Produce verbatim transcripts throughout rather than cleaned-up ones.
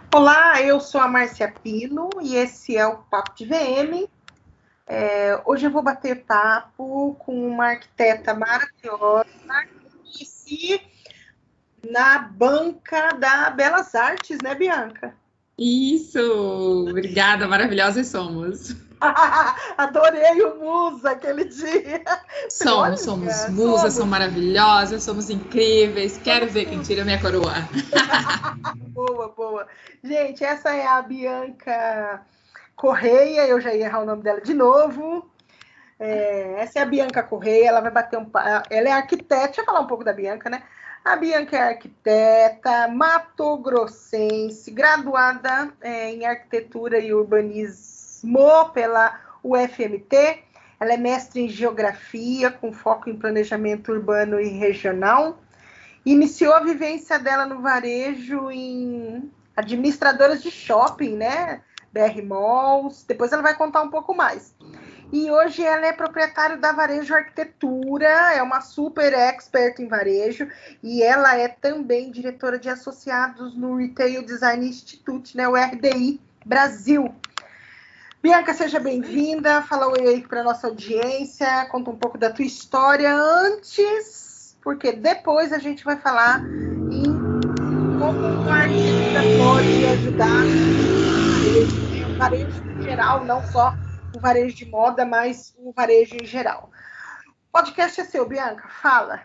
Olá, eu sou a Márcia Pino e esse é o Papo de V M. É, hoje eu vou bater papo com uma arquiteta maravilhosa que conheci na banca da Belas Artes, né, Bianca? Isso! Obrigada, maravilhosas somos. Adorei o Musa aquele dia. Falei, Somos, somos olha, musas, somos. somos maravilhosas, somos incríveis. Quero Somos ver quem tudo. tira minha coroa. Boa, boa. Gente, essa é a Bianca Correia, eu já ia errar o nome dela de novo. É, essa é a Bianca Correia, ela vai bater um ela é arquiteta, deixa eu falar um pouco da Bianca, né? A Bianca é arquiteta, matogrossense, graduada é, em arquitetura e urbanismo pela U F M T. Ela é mestre em geografia, com foco em planejamento urbano e regional. Iniciou a vivência dela no varejo em administradoras de shopping, né? B R Malls. Depois ela vai contar um pouco mais. E hoje ela é proprietária da Varejo Arquitetura, é uma super expert em varejo, e ela é também diretora de associados no Retail Design Institute, né, o R D I Brasil. Bianca, seja bem-vinda, fala oi aí para a nossa audiência, conta um pouco da tua história antes, porque depois a gente vai falar em como uma arquiteta pode ajudar o varejo em geral, não só o varejo de moda, mas o varejo em geral. O podcast é seu, Bianca, fala.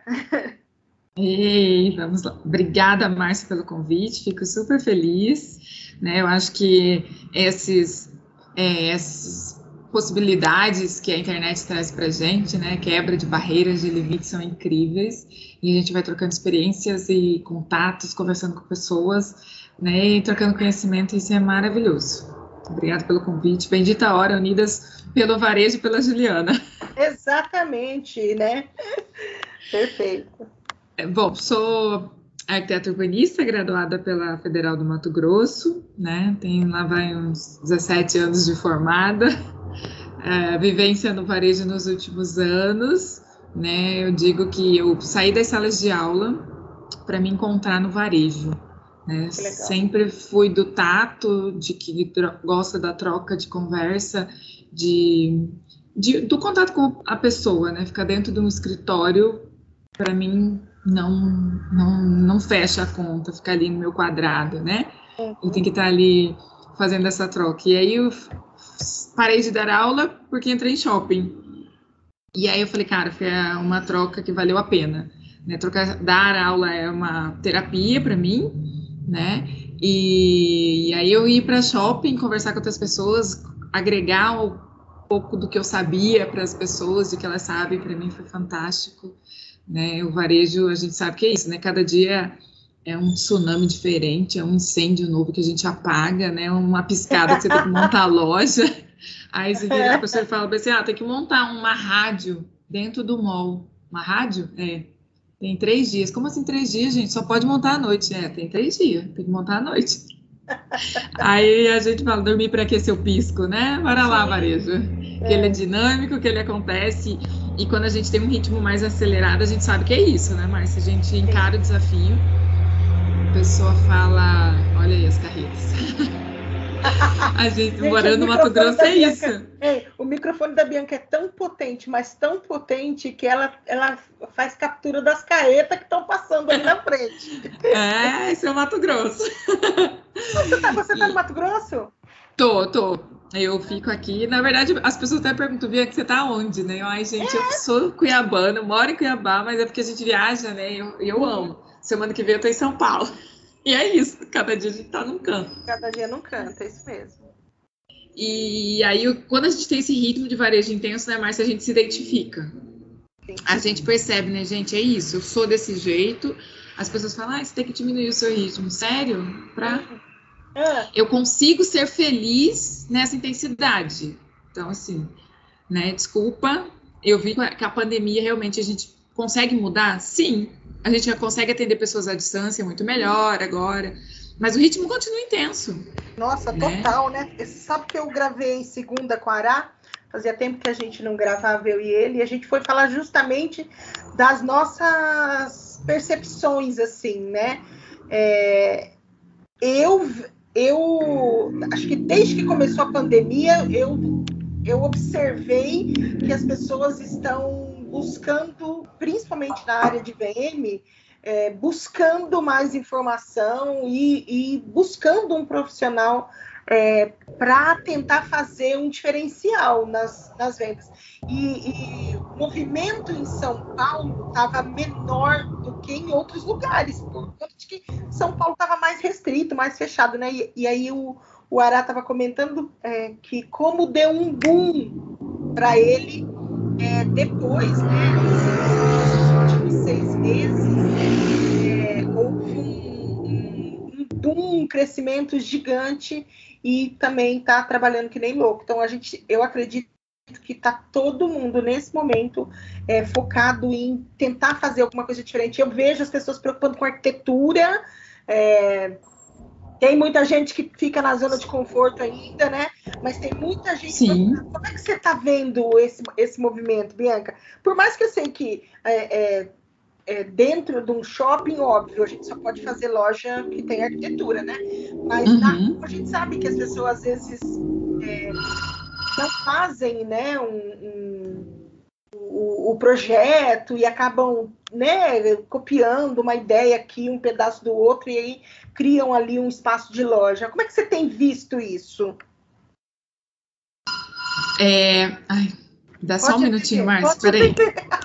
Ei, vamos lá. Obrigada, Márcia, pelo convite, fico super feliz. Né? Eu acho que esses, é, essas possibilidades que a internet traz para a gente, né? Quebra de barreiras, de limites, são incríveis. E a gente vai trocando experiências e contatos, conversando com pessoas, né? E trocando conhecimento, isso é maravilhoso. Obrigada pelo convite. Bendita a hora, unidas pelo varejo e pela Juliana. Exatamente, né? Perfeito. Bom, sou arquiteta urbanista, graduada pela Federal do Mato Grosso, né? Tenho lá vai uns dezessete anos de formada, é, vivência no varejo nos últimos anos, né? Eu digo que eu saí das salas de aula para me encontrar no varejo. Né? Sempre fui do tato, de que gosta da troca de conversa, de, de, do contato com a pessoa, né? Ficar dentro de um escritório, para mim, não, não, não fecha a conta, ficar ali no meu quadrado, né? Uhum. Eu tenho que estar ali fazendo essa troca. E aí eu parei de dar aula porque entrei em shopping. E aí eu falei, cara, foi uma troca que valeu a pena. Né? Trocar, dar aula é uma terapia para mim, né? E, e aí eu ir para shopping, conversar com outras pessoas, agregar um pouco do que eu sabia para as pessoas, do que elas sabem, para mim foi fantástico. Né? O varejo, a gente sabe que é isso, né? Cada dia é um tsunami diferente, é um incêndio novo que a gente apaga, né? Uma piscada que você tem que montar a loja. Aí você vira, a pessoa fala assim, ah, tem que montar uma rádio dentro do mall. Uma rádio? É. Tem três dias. Como assim três dias, gente? Só pode montar à noite. É, tem três dias. Tem que montar à noite. Aí a gente fala, dormir para aquecer o pisco, né? Bora lá, varejo. É. Que ele é dinâmico, que ele acontece. E quando a gente tem um ritmo mais acelerado, a gente sabe que é isso, né, Márcia? A gente encara o desafio, a pessoa fala, olha aí as carretas. A gente, gente morando no Mato Grosso é Bianca, isso. É, o microfone da Bianca é tão potente, mas tão potente, que ela, ela faz captura das carretas que estão passando ali na frente. É, isso é o Mato Grosso. Você tá, você tá no Mato Grosso? Tô, tô. Eu fico aqui. Na verdade, as pessoas até perguntam, Bianca, você tá onde, né? Eu, Ai, gente, é. eu sou cuiabana, eu moro em Cuiabá, mas é porque a gente viaja, né? Eu, eu uhum. amo. Semana que vem eu tô em São Paulo. E é isso, cada dia a gente tá num canto. Cada dia num canto, é isso mesmo. E aí, quando a gente tem esse ritmo de varejo intenso, né, Márcia, a gente se identifica. Sim. A gente percebe, né, gente, é isso, eu sou desse jeito. As pessoas falam, ah, você tem que diminuir o seu ritmo. Sério? Pra... Ah. Eu consigo ser feliz nessa intensidade. Então, assim, né, desculpa, eu vi que a pandemia realmente a gente consegue mudar? Sim. A gente já consegue atender pessoas à distância muito melhor agora. Mas o ritmo continua intenso. Nossa, né? Total, né? Você sabe que eu gravei em segunda com a Ará? Fazia tempo que a gente não gravava, eu e ele, e a gente foi falar justamente das nossas percepções, assim, né? É, eu, eu acho que desde que começou a pandemia, eu, eu observei que as pessoas estão buscando, principalmente na área de V M, é, buscando mais informação e, e buscando um profissional é, para tentar fazer um diferencial nas, nas vendas. E, e o movimento em São Paulo estava menor do que em outros lugares, por conta de que São Paulo estava mais restrito, mais fechado, né? E, e aí o, o Ará estava comentando é, que como deu um boom para ele é, depois, né? Nos últimos seis meses, é, houve um, um, um boom, um crescimento gigante e também está trabalhando que nem louco. Então, a gente, eu acredito que está todo mundo, nesse momento, é, focado em tentar fazer alguma coisa diferente. Eu vejo as pessoas se preocupando com arquitetura, é, tem muita gente que fica na zona de conforto ainda, né? Mas tem muita gente... Sim. Como é que você está vendo esse, esse movimento, Bianca? Por mais que eu sei que é, é, é, dentro de um shopping, óbvio, a gente só pode fazer loja que tem arquitetura, né? Mas Uhum. na rua, a gente sabe que as pessoas, às vezes... É, não fazem, né, um, um, o, o projeto e acabam, né, copiando uma ideia aqui, um pedaço do outro, e aí criam ali um espaço de loja. Como é que você tem visto isso? É... Ai, dá só Pode um minutinho, atender, Márcia, pode peraí.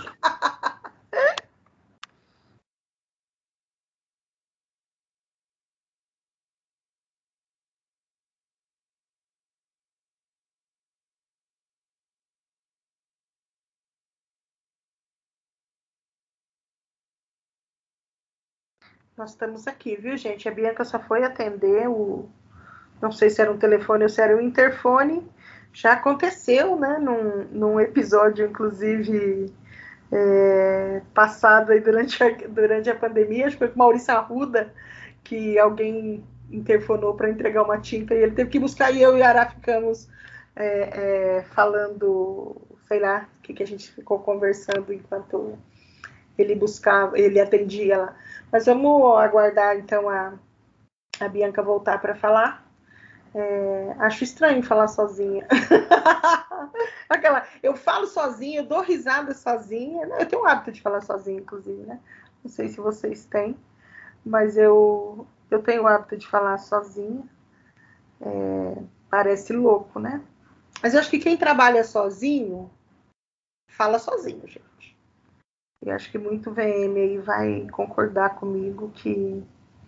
Nós estamos aqui, viu, gente? A Bianca só foi atender o... Não sei se era um telefone ou se era um interfone. Já aconteceu, né? Num, num episódio, inclusive, é, passado aí durante a, durante a pandemia. Acho que foi com o Maurício Arruda, que alguém interfonou para entregar uma tinta e ele teve que buscar e eu e a Ará ficamos é, é, falando, sei lá, o que, que a gente ficou conversando enquanto ele buscava, ele atendia lá. Mas vamos aguardar, então, a, a Bianca voltar para falar. É, acho estranho falar sozinha. Aquela, eu falo sozinha, eu dou risada sozinha. Eu tenho o hábito de falar sozinha, inclusive, né? Não sei se vocês têm, mas eu, eu tenho o hábito de falar sozinha. É, parece louco, né? Mas eu acho que quem trabalha sozinho, fala sozinho, gente. Eu acho que muito V M aí vai concordar comigo que,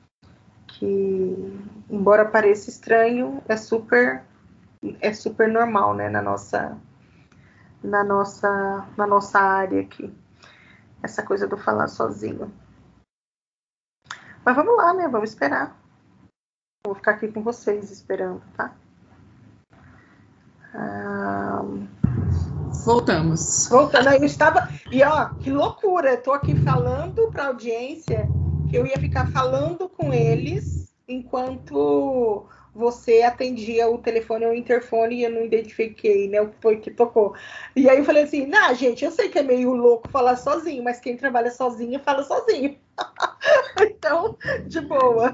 que embora pareça estranho, é super, é super normal, né, na nossa, na nossa, na nossa área aqui, essa coisa do falar sozinho. Mas vamos lá, né, vamos esperar. Vou ficar aqui com vocês esperando, tá? Ah... Voltamos. Voltando, eu estava... E, ó, que loucura, eu tô aqui falando para a audiência que eu ia ficar falando com eles enquanto você atendia o telefone ou o interfone e eu não identifiquei, né, o que foi que tocou. E aí eu falei assim, nah, gente, eu sei que é meio louco falar sozinho, mas quem trabalha sozinho, fala sozinho. Então, de boa.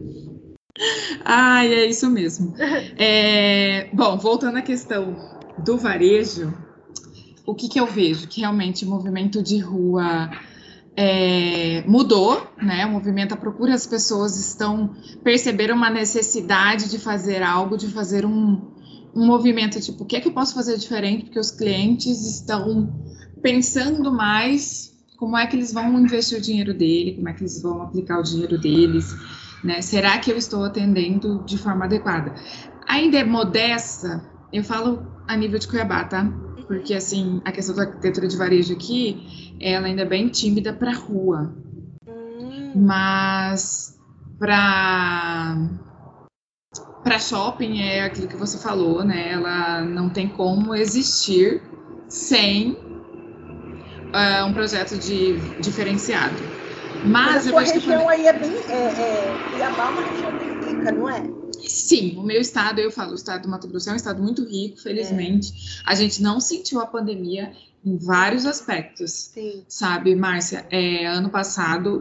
Ai, é isso mesmo. É, bom, voltando à questão do varejo, o que, que eu vejo? Que realmente o movimento de rua é, mudou, né? O movimento, a procura, as pessoas estão perceberam uma necessidade de fazer algo, de fazer um, um movimento tipo, o que é que eu posso fazer diferente? Porque os clientes estão pensando mais como é que eles vão investir o dinheiro dele, como é que eles vão aplicar o dinheiro deles, né? Será que eu estou atendendo de forma adequada? Ainda é modesta, eu falo a nível de Cuiabá, tá? Porque, assim, a questão da arquitetura de varejo aqui, ela ainda é bem tímida para rua. Hum. Mas para para shopping é aquilo que você falou, né? Ela não tem como existir sem uh, um projeto de diferenciado. Mas, Mas a sua região que... aí é bem... É, é, Cuiabá é uma região bem rica, não é? Sim, o meu estado, eu falo, o estado do Mato Grosso é um estado muito rico, felizmente. É. A gente não sentiu a pandemia em vários aspectos. Sim. Sabe, Márcia, é, ano passado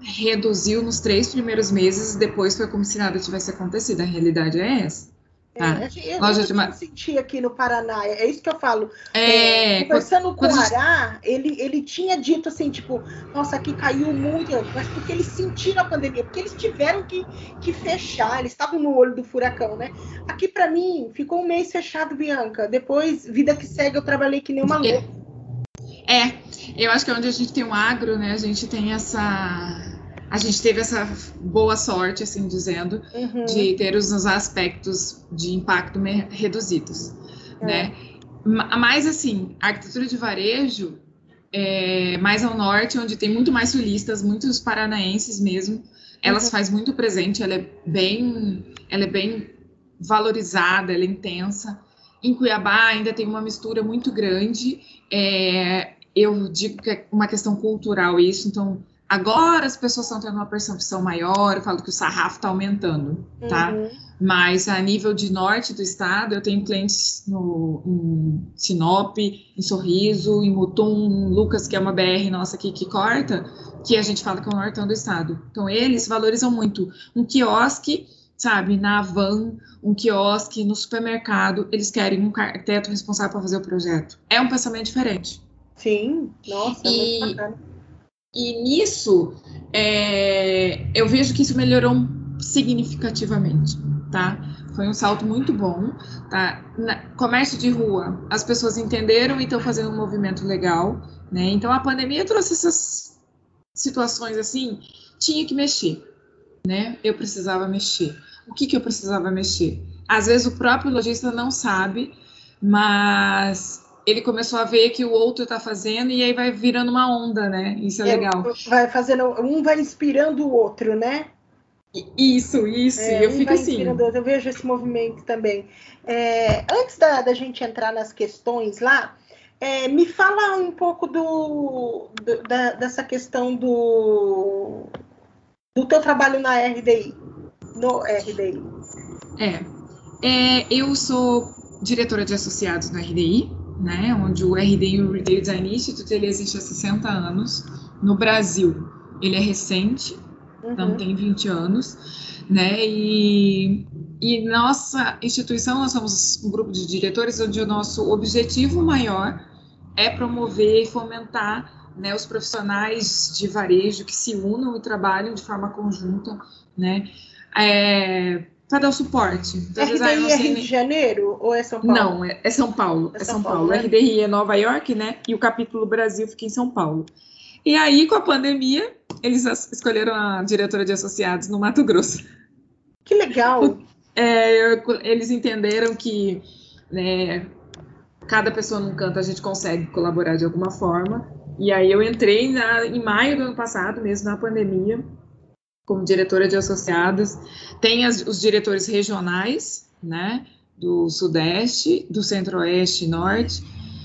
reduziu nos três primeiros meses, depois foi como se nada tivesse acontecido. A realidade é essa. Tá? É, eu, Loja eu de ma... senti aqui no Paraná, é isso que eu falo. É, é, conversando quando, com o Ará, ele, ele tinha dito assim, tipo, nossa, aqui caiu muito, mas porque eles sentiram a pandemia, porque eles tiveram que, que fechar, eles estavam no olho do furacão, né? Aqui, para mim, ficou um mês fechado, Bianca. Depois, vida que segue, eu trabalhei que nem uma louca. É, eu acho que é onde a gente tem um agro, né? A gente tem essa... A gente teve essa boa sorte, assim dizendo, uhum. de ter os aspectos de impacto reduzidos, é. né? Mas, assim, a arquitetura de varejo, é, mais ao norte, onde tem muito mais turistas, muitos paranaenses mesmo, elas uhum. faz muito presente, ela é bem, ela é bem valorizada, ela é intensa. Em Cuiabá ainda tem uma mistura muito grande, é, eu digo que é uma questão cultural isso, então... Agora as pessoas estão tendo uma percepção maior, eu falo que o sarrafo está aumentando, tá? Uhum. Mas a nível de norte do estado, eu tenho clientes no, em Sinop, em Sorriso, em Mutum, em Lucas, que é uma B R nossa aqui que corta, que a gente fala que é o nortão do estado. Então, eles valorizam muito um quiosque, sabe, na van, um quiosque no supermercado, eles querem um arquiteto responsável para fazer o projeto. É um pensamento diferente. Sim, nossa, é e... muito bacana. E nisso, é, eu vejo que isso melhorou significativamente, tá? Foi um salto muito bom, tá? Na, comércio de rua, as pessoas entenderam e estão fazendo um movimento legal, né? Então, a pandemia trouxe essas situações assim, tinha que mexer, né? Eu precisava mexer. O que que eu precisava mexer? Às vezes o próprio lojista não sabe, mas... ele começou a ver que o outro está fazendo e aí vai virando uma onda, né? Isso é, é legal. Vai fazendo, um vai inspirando o outro, né? Isso, isso. É, eu um fico vai assim. Inspirando o outro. Eu vejo esse movimento também. É, antes da, da gente entrar nas questões lá, é, me fala um pouco do, do da, dessa questão do, do teu trabalho na R D I, no R D I. É, é eu sou diretora de associados no R D I, né, onde o R D I, o Retail Design Institute, ele existe há sessenta anos. No Brasil, ele é recente, uhum. não tem vinte anos, né, e, e nossa instituição, nós somos um grupo de diretores onde o nosso objetivo maior é promover e fomentar, né, os profissionais de varejo que se unam e trabalham de forma conjunta, né, é, para dar o suporte. Então, R D I é Rio de Janeiro ou é São Paulo? Não, é, é São Paulo. É, é São, São Paulo. Paulo. Né? R D I é Nova York, né? E o capítulo Brasil fica em São Paulo. E aí, com a pandemia, eles escolheram a diretora de associados no Mato Grosso. Que legal! É, eles entenderam que, né, cada pessoa num canto a gente consegue colaborar de alguma forma. E aí eu entrei na, em maio do ano passado, mesmo na pandemia, como diretora de associados. Tem as, os diretores regionais, né, do Sudeste, do Centro-Oeste e Norte,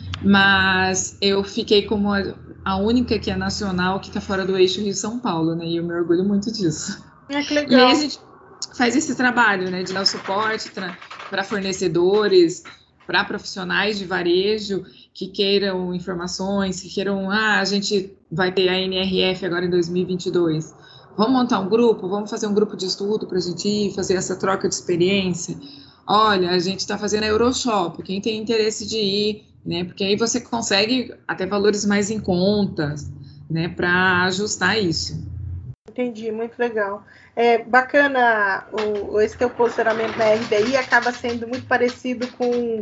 mas eu fiquei como a, a única que é nacional, que está fora do eixo Rio-São Paulo, né, e eu me orgulho muito disso. É, que legal. E aí a gente faz esse trabalho, né, de dar suporte para fornecedores, para profissionais de varejo que queiram informações, que queiram, ah, a gente vai ter a N R F agora em dois mil e vinte e dois, vamos montar um grupo, vamos fazer um grupo de estudo para a gente ir fazer essa troca de experiência. Olha, a gente está fazendo a Euroshop, quem tem interesse de ir, né? Porque aí você consegue até valores mais em conta, né? Para ajustar isso. Entendi, muito legal. É bacana, o, esse teu posicionamento na R D I acaba sendo muito parecido com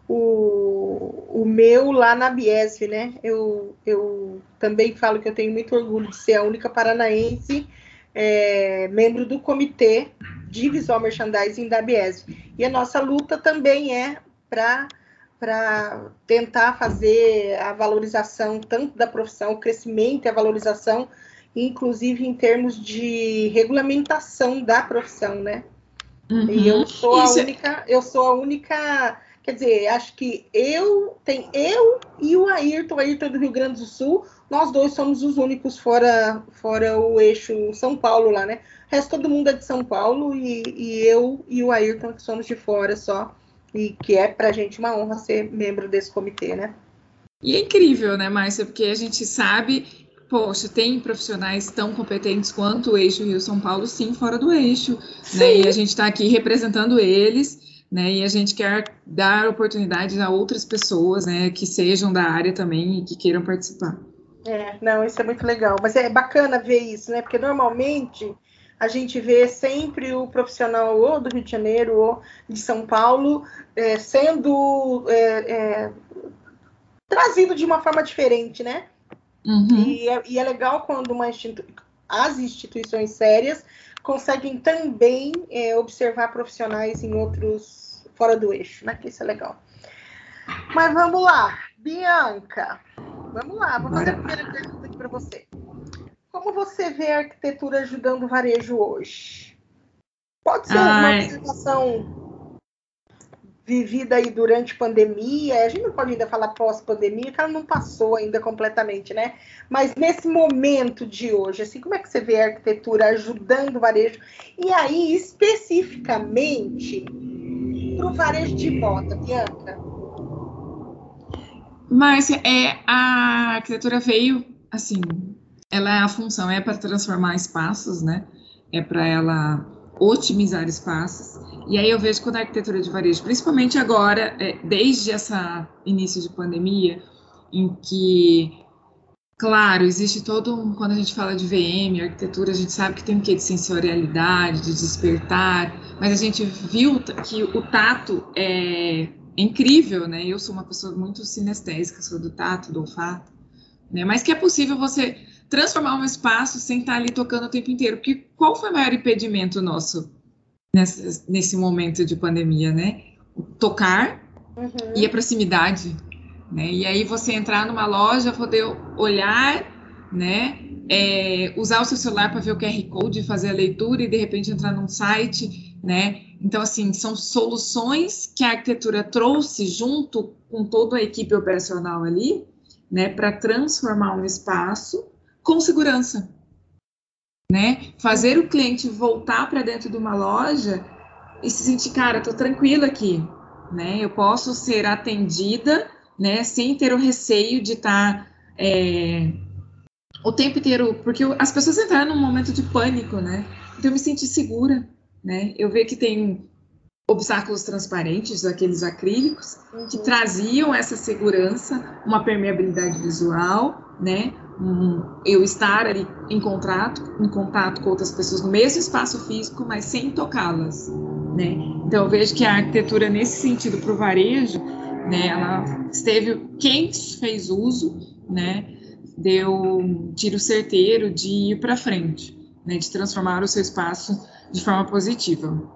o, o meu lá na Biesv, né? Eu, eu também falo que eu tenho muito orgulho de ser a única paranaense é, membro do comitê de visual merchandising da Biesv. E a nossa luta também é para para tentar fazer a valorização tanto da profissão, o crescimento e a valorização, inclusive em termos de regulamentação da profissão, né? Uhum. E eu sou a Isso. única, eu sou a única, quer dizer, acho que eu, tem eu e o Ayrton, o Ayrton é do Rio Grande do Sul, nós dois somos os únicos fora, fora o eixo São Paulo lá, né? O resto todo mundo é de São Paulo e, e eu e o Ayrton que somos de fora só, e que é pra gente uma honra ser membro desse comitê, né? E é incrível, né, Márcia? Porque a gente sabe poxa, tem profissionais tão competentes quanto o eixo Rio-São Paulo, sim, fora do eixo, né? E a gente está aqui representando eles, né? E a gente quer dar oportunidades a outras pessoas, né? Que sejam da área também e que queiram participar. É, não, isso é muito legal. Mas é bacana ver isso, né? Porque normalmente a gente vê sempre o profissional ou do Rio de Janeiro ou de São Paulo é, sendo é, é, trazido de uma forma diferente, né? Uhum. E, é, e é legal quando uma institu as instituições sérias conseguem também é, observar profissionais em outros fora do eixo, né? Que isso é legal. Mas vamos lá, Bianca. Vamos lá, vou fazer a primeira pergunta aqui para você. Como você vê a arquitetura ajudando o varejo hoje? Pode ser uma Ai. observação vivida aí durante a pandemia, a gente não pode ainda falar pós-pandemia, que ela não passou ainda completamente, né? Mas nesse momento de hoje, assim, como é que você vê a arquitetura ajudando o varejo? E aí, especificamente, para o varejo de moda, Bianca? Márcia, é, a arquitetura veio, assim, ela é a função, é para transformar espaços, né? É para ela otimizar espaços. E aí eu vejo quando a arquitetura de varejo, principalmente agora, é, desde esse início de pandemia, em que, claro, existe todo um, quando a gente fala de V M, arquitetura, a gente sabe que tem um quê de sensorialidade, de despertar, mas a gente viu que o tato é incrível, né? Eu sou uma pessoa muito sinestésica, sou do tato, do olfato, né? Mas que é possível você transformar um espaço sem estar ali tocando o tempo inteiro. Porque qual foi o maior impedimento nosso nesse, nesse momento de pandemia, né? O tocar uhum. e a proximidade, né? E aí você entrar numa loja, poder olhar, né? É, usar o seu celular para ver o Q R Code, fazer a leitura e de repente entrar num site, né? Então, assim, são soluções que a arquitetura trouxe junto com toda a equipe operacional ali, né? Para transformar um espaço com segurança, né? Fazer o cliente voltar para dentro de uma loja e se sentir, cara, tô tranquila aqui, né? Eu posso ser atendida, né? Sem ter o receio de estar tá, é, o tempo inteiro, porque as pessoas entraram num momento de pânico, né? Então eu me senti segura, né? Eu vejo que tem obstáculos transparentes, aqueles acrílicos, uhum. que traziam essa segurança, uma permeabilidade visual, né? Um, eu estar ali em contato, em contato com outras pessoas no mesmo espaço físico, mas sem tocá-las, né? Então eu vejo que a arquitetura nesse sentido para o varejo, né? Ela esteve, quem fez uso, né? Deu um tiro certeiro de ir para frente, né? De transformar o seu espaço de forma positiva.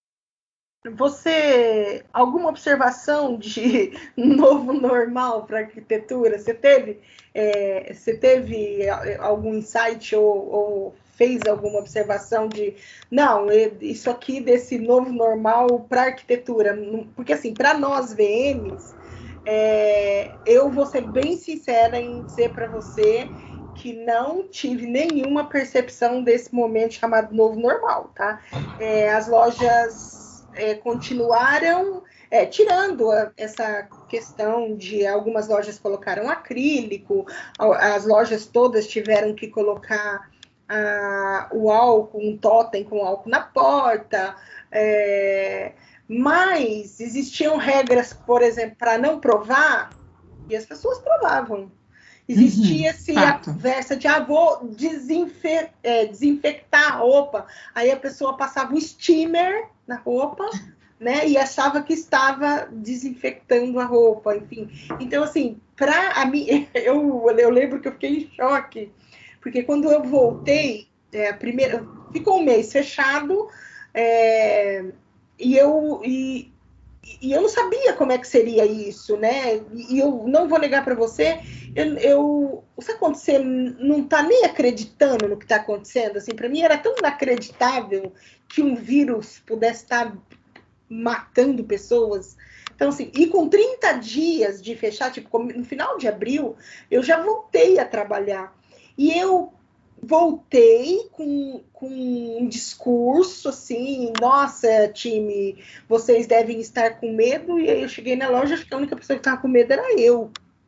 Você, alguma observação de novo normal para a arquitetura? Você teve, é, você teve algum insight ou, ou fez alguma observação de, não, isso aqui desse novo normal para a arquitetura? Porque, assim, para nós V Ms, é, eu vou ser bem sincera em dizer para você que não tive nenhuma percepção desse momento chamado novo normal, tá? É, as lojas... É, continuaram é, tirando a, essa questão de algumas lojas colocaram acrílico, as lojas todas tiveram que colocar a, o álcool, um totem com álcool na porta, é, mas existiam regras, por exemplo, para não provar, e as pessoas provavam. Existia-se uhum, a conversa de, ah, vou desinfe é, desinfectar a roupa. Aí a pessoa passava um steamer na roupa, né? E achava que estava desinfectando a roupa, enfim. Então, assim, para mim, eu, eu lembro que eu fiquei em choque, porque quando eu voltei, é, primeiro, ficou um mês fechado, é, e eu... E, E eu não sabia como é que seria isso, né? E eu não vou negar para você, eu, eu, sabe quando você não está nem acreditando no que está acontecendo? Assim, para mim era tão inacreditável que um vírus pudesse estar matando pessoas. Então, assim, e com trinta dias de fechar, tipo, no final de abril, eu já voltei a trabalhar. E eu voltei com, com um discurso assim, nossa, time, vocês devem estar com medo, e aí eu cheguei na loja, acho que a única pessoa que estava com medo era eu.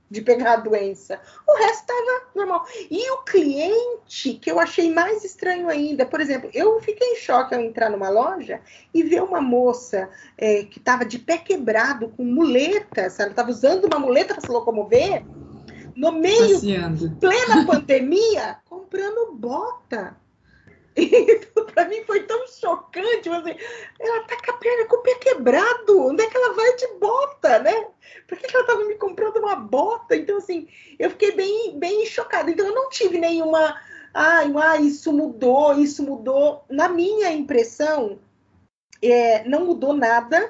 de pegar a doença. O resto estava normal. E o cliente, que eu achei mais estranho ainda, por exemplo, eu fiquei em choque ao entrar numa loja e ver uma moça é, que estava de pé quebrado, com muletas, ela estava usando uma muleta para se locomover, no meio, passeando, plena pandemia, comprando bota. Então, para mim foi tão chocante, assim, ela tá com a perna com o pé quebrado, onde é que ela vai de bota, né? Por que, que ela tava me comprando uma bota? Então, assim, eu fiquei bem, bem chocada. Então, eu não tive nenhuma, ah, ah, isso mudou, isso mudou. Na minha impressão, é, não mudou nada.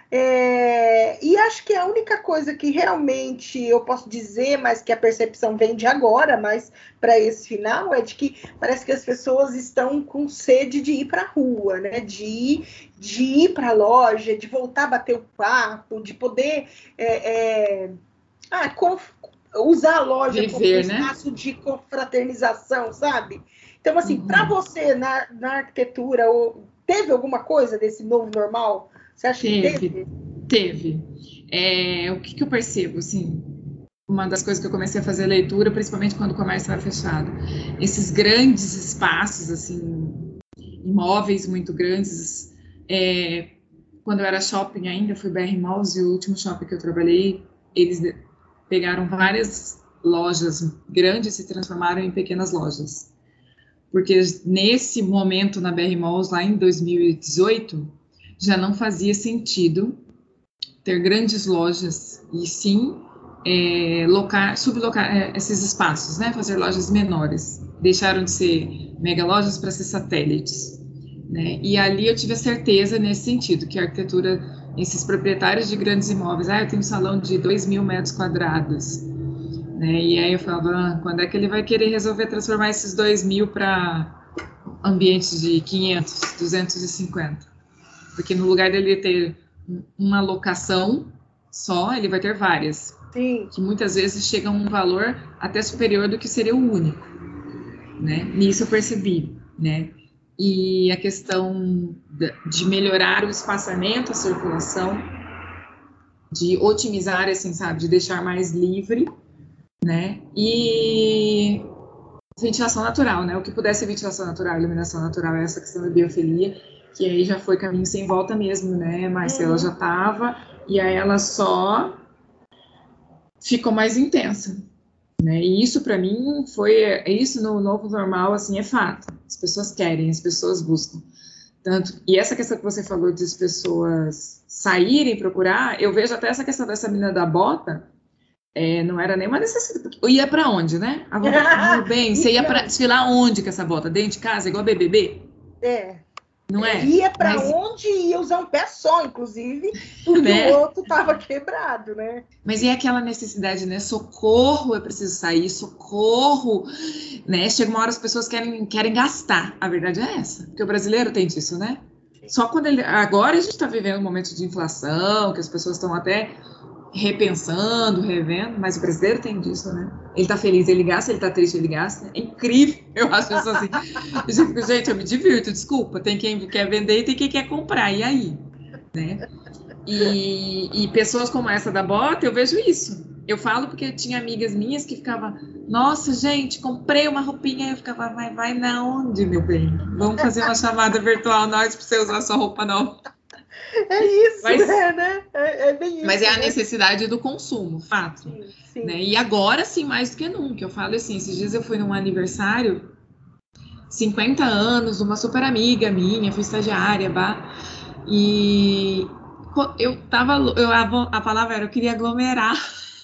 É, e acho que a única coisa que realmente eu posso dizer, mas que a percepção vem de agora, mas para esse final, é de que parece que as pessoas estão com sede de ir para a rua, né? De ir, de ir para a loja, de voltar a bater o papo, de poder é, é, ah, conf, usar a loja viver, como um né? espaço de confraternização, sabe? Então, assim, Uhum. para você, na, na arquitetura, teve alguma coisa desse novo normal? Você acha teve, que teve? Teve. É, o que, que eu percebo, assim, uma das coisas que eu comecei a fazer leitura, principalmente quando o comércio estava fechado, esses grandes espaços, assim, imóveis muito grandes, é, quando eu era shopping ainda, fui B R Malls, e o último shopping que eu trabalhei, eles pegaram várias lojas grandes e se transformaram em pequenas lojas. Porque nesse momento na B R Malls, lá em dois mil e dezoito, já não fazia sentido ter grandes lojas e sim é, locar, sublocar é, esses espaços, né? Fazer lojas menores. Deixaram de ser mega lojas para ser satélites. Né? E ali eu tive a certeza nesse sentido, que a arquitetura, esses proprietários de grandes imóveis, ah, eu tenho um salão de dois mil metros quadrados. Né? E aí eu falava, ah, quando é que ele vai querer resolver transformar esses dois mil para ambientes de quinhentos, duzentos e cinquenta? Porque no lugar dele ter uma locação só, ele vai ter várias. Sim. Que muitas vezes chegam a um valor até superior do que seria o único. Né? Nisso eu percebi. Né? E a questão de melhorar o espaçamento, a circulação, de otimizar, assim, sabe? De deixar mais livre, né? E ventilação natural, né? O que pudesse ser ventilação natural, iluminação natural, essa questão da biofilia, que aí já foi caminho sem volta mesmo, né? Marcela uhum. já estava, e aí ela só ficou mais intensa, né? E isso para mim foi, isso no novo normal, assim, é fato. As pessoas querem, as pessoas buscam. Tanto, e essa questão que você falou de as pessoas saírem procurar, eu vejo até essa questão dessa menina da bota, é, não era nenhuma necessidade. Ia para onde, né? A volta, bem, você ia para desfilar onde com essa bota? Dentro de casa, igual B B B? É. Não é? Ia para Mas... onde ia usar um pé só, inclusive, porque né? O outro estava quebrado, né? Mas e aquela necessidade, né? Socorro, eu preciso sair, socorro, né? Chega uma hora as pessoas querem, querem gastar. A verdade é essa, porque o brasileiro tem disso, né? Só quando ele... Agora a gente está vivendo um momento de inflação, que as pessoas estão até repensando, revendo, mas o brasileiro tem disso, né? Ele tá feliz, ele gasta, ele tá triste, ele gasta. É incrível, eu acho isso assim. Eu fico, gente, eu me divirto, desculpa. Tem quem quer vender e tem quem quer comprar, e aí? Né? E, e pessoas como essa da bota, eu vejo isso. Eu falo porque tinha amigas minhas que ficavam, nossa, gente, comprei uma roupinha, aí eu ficava, vai, vai na onde, meu bem? Vamos fazer uma chamada virtual nós pra você usar sua roupa nova. É isso, mas, é, né? É, é bem isso. Mas é a né? necessidade do consumo, fato. Sim, sim. Né? E agora, sim, mais do que nunca. Eu falo assim, esses dias eu fui num aniversário, cinquenta anos, uma super amiga minha, fui estagiária, bah, e eu tava, eu, a, a palavra era, eu queria aglomerar.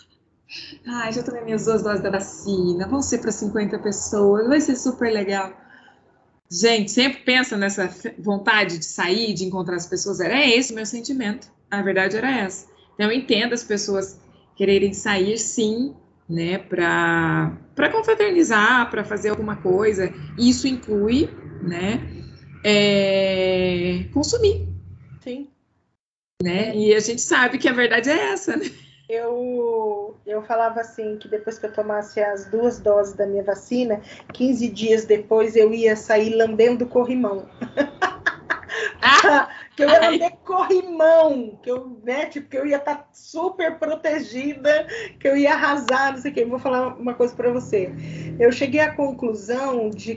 Ai, já tomei minhas duas doses da vacina, vão ser para cinquenta pessoas, vai ser super legal. Gente, sempre pensa nessa vontade de sair, de encontrar as pessoas. Era esse o meu sentimento. A verdade era essa. Então, eu entendo as pessoas quererem sair, sim, né, para para confraternizar, para fazer alguma coisa. Isso inclui, né, é, consumir. Sim. Né? E a gente sabe que a verdade é essa, né? Eu, eu falava assim, que depois que eu tomasse as duas doses da minha vacina, quinze dias depois eu ia sair lambendo corrimão. que eu ia vender corrimão, que eu, né, tipo, que eu ia estar super protegida, que eu ia arrasar, não sei o quê. Vou falar uma coisa para você. Eu cheguei à conclusão de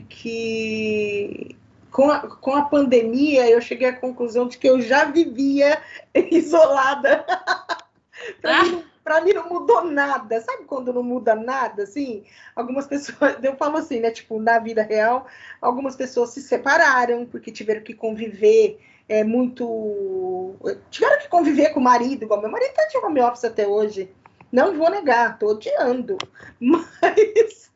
que com a, com a pandemia, eu cheguei à conclusão de que eu já vivia isolada. Para mim, para mim não mudou nada. Sabe quando não muda nada, assim? Algumas pessoas, eu falo assim, né? Tipo, na vida real, algumas pessoas se separaram porque tiveram que conviver é, muito... Tiveram que conviver com o marido, igual meu marido tá de home office até hoje. Não vou negar, tô odiando. Mas,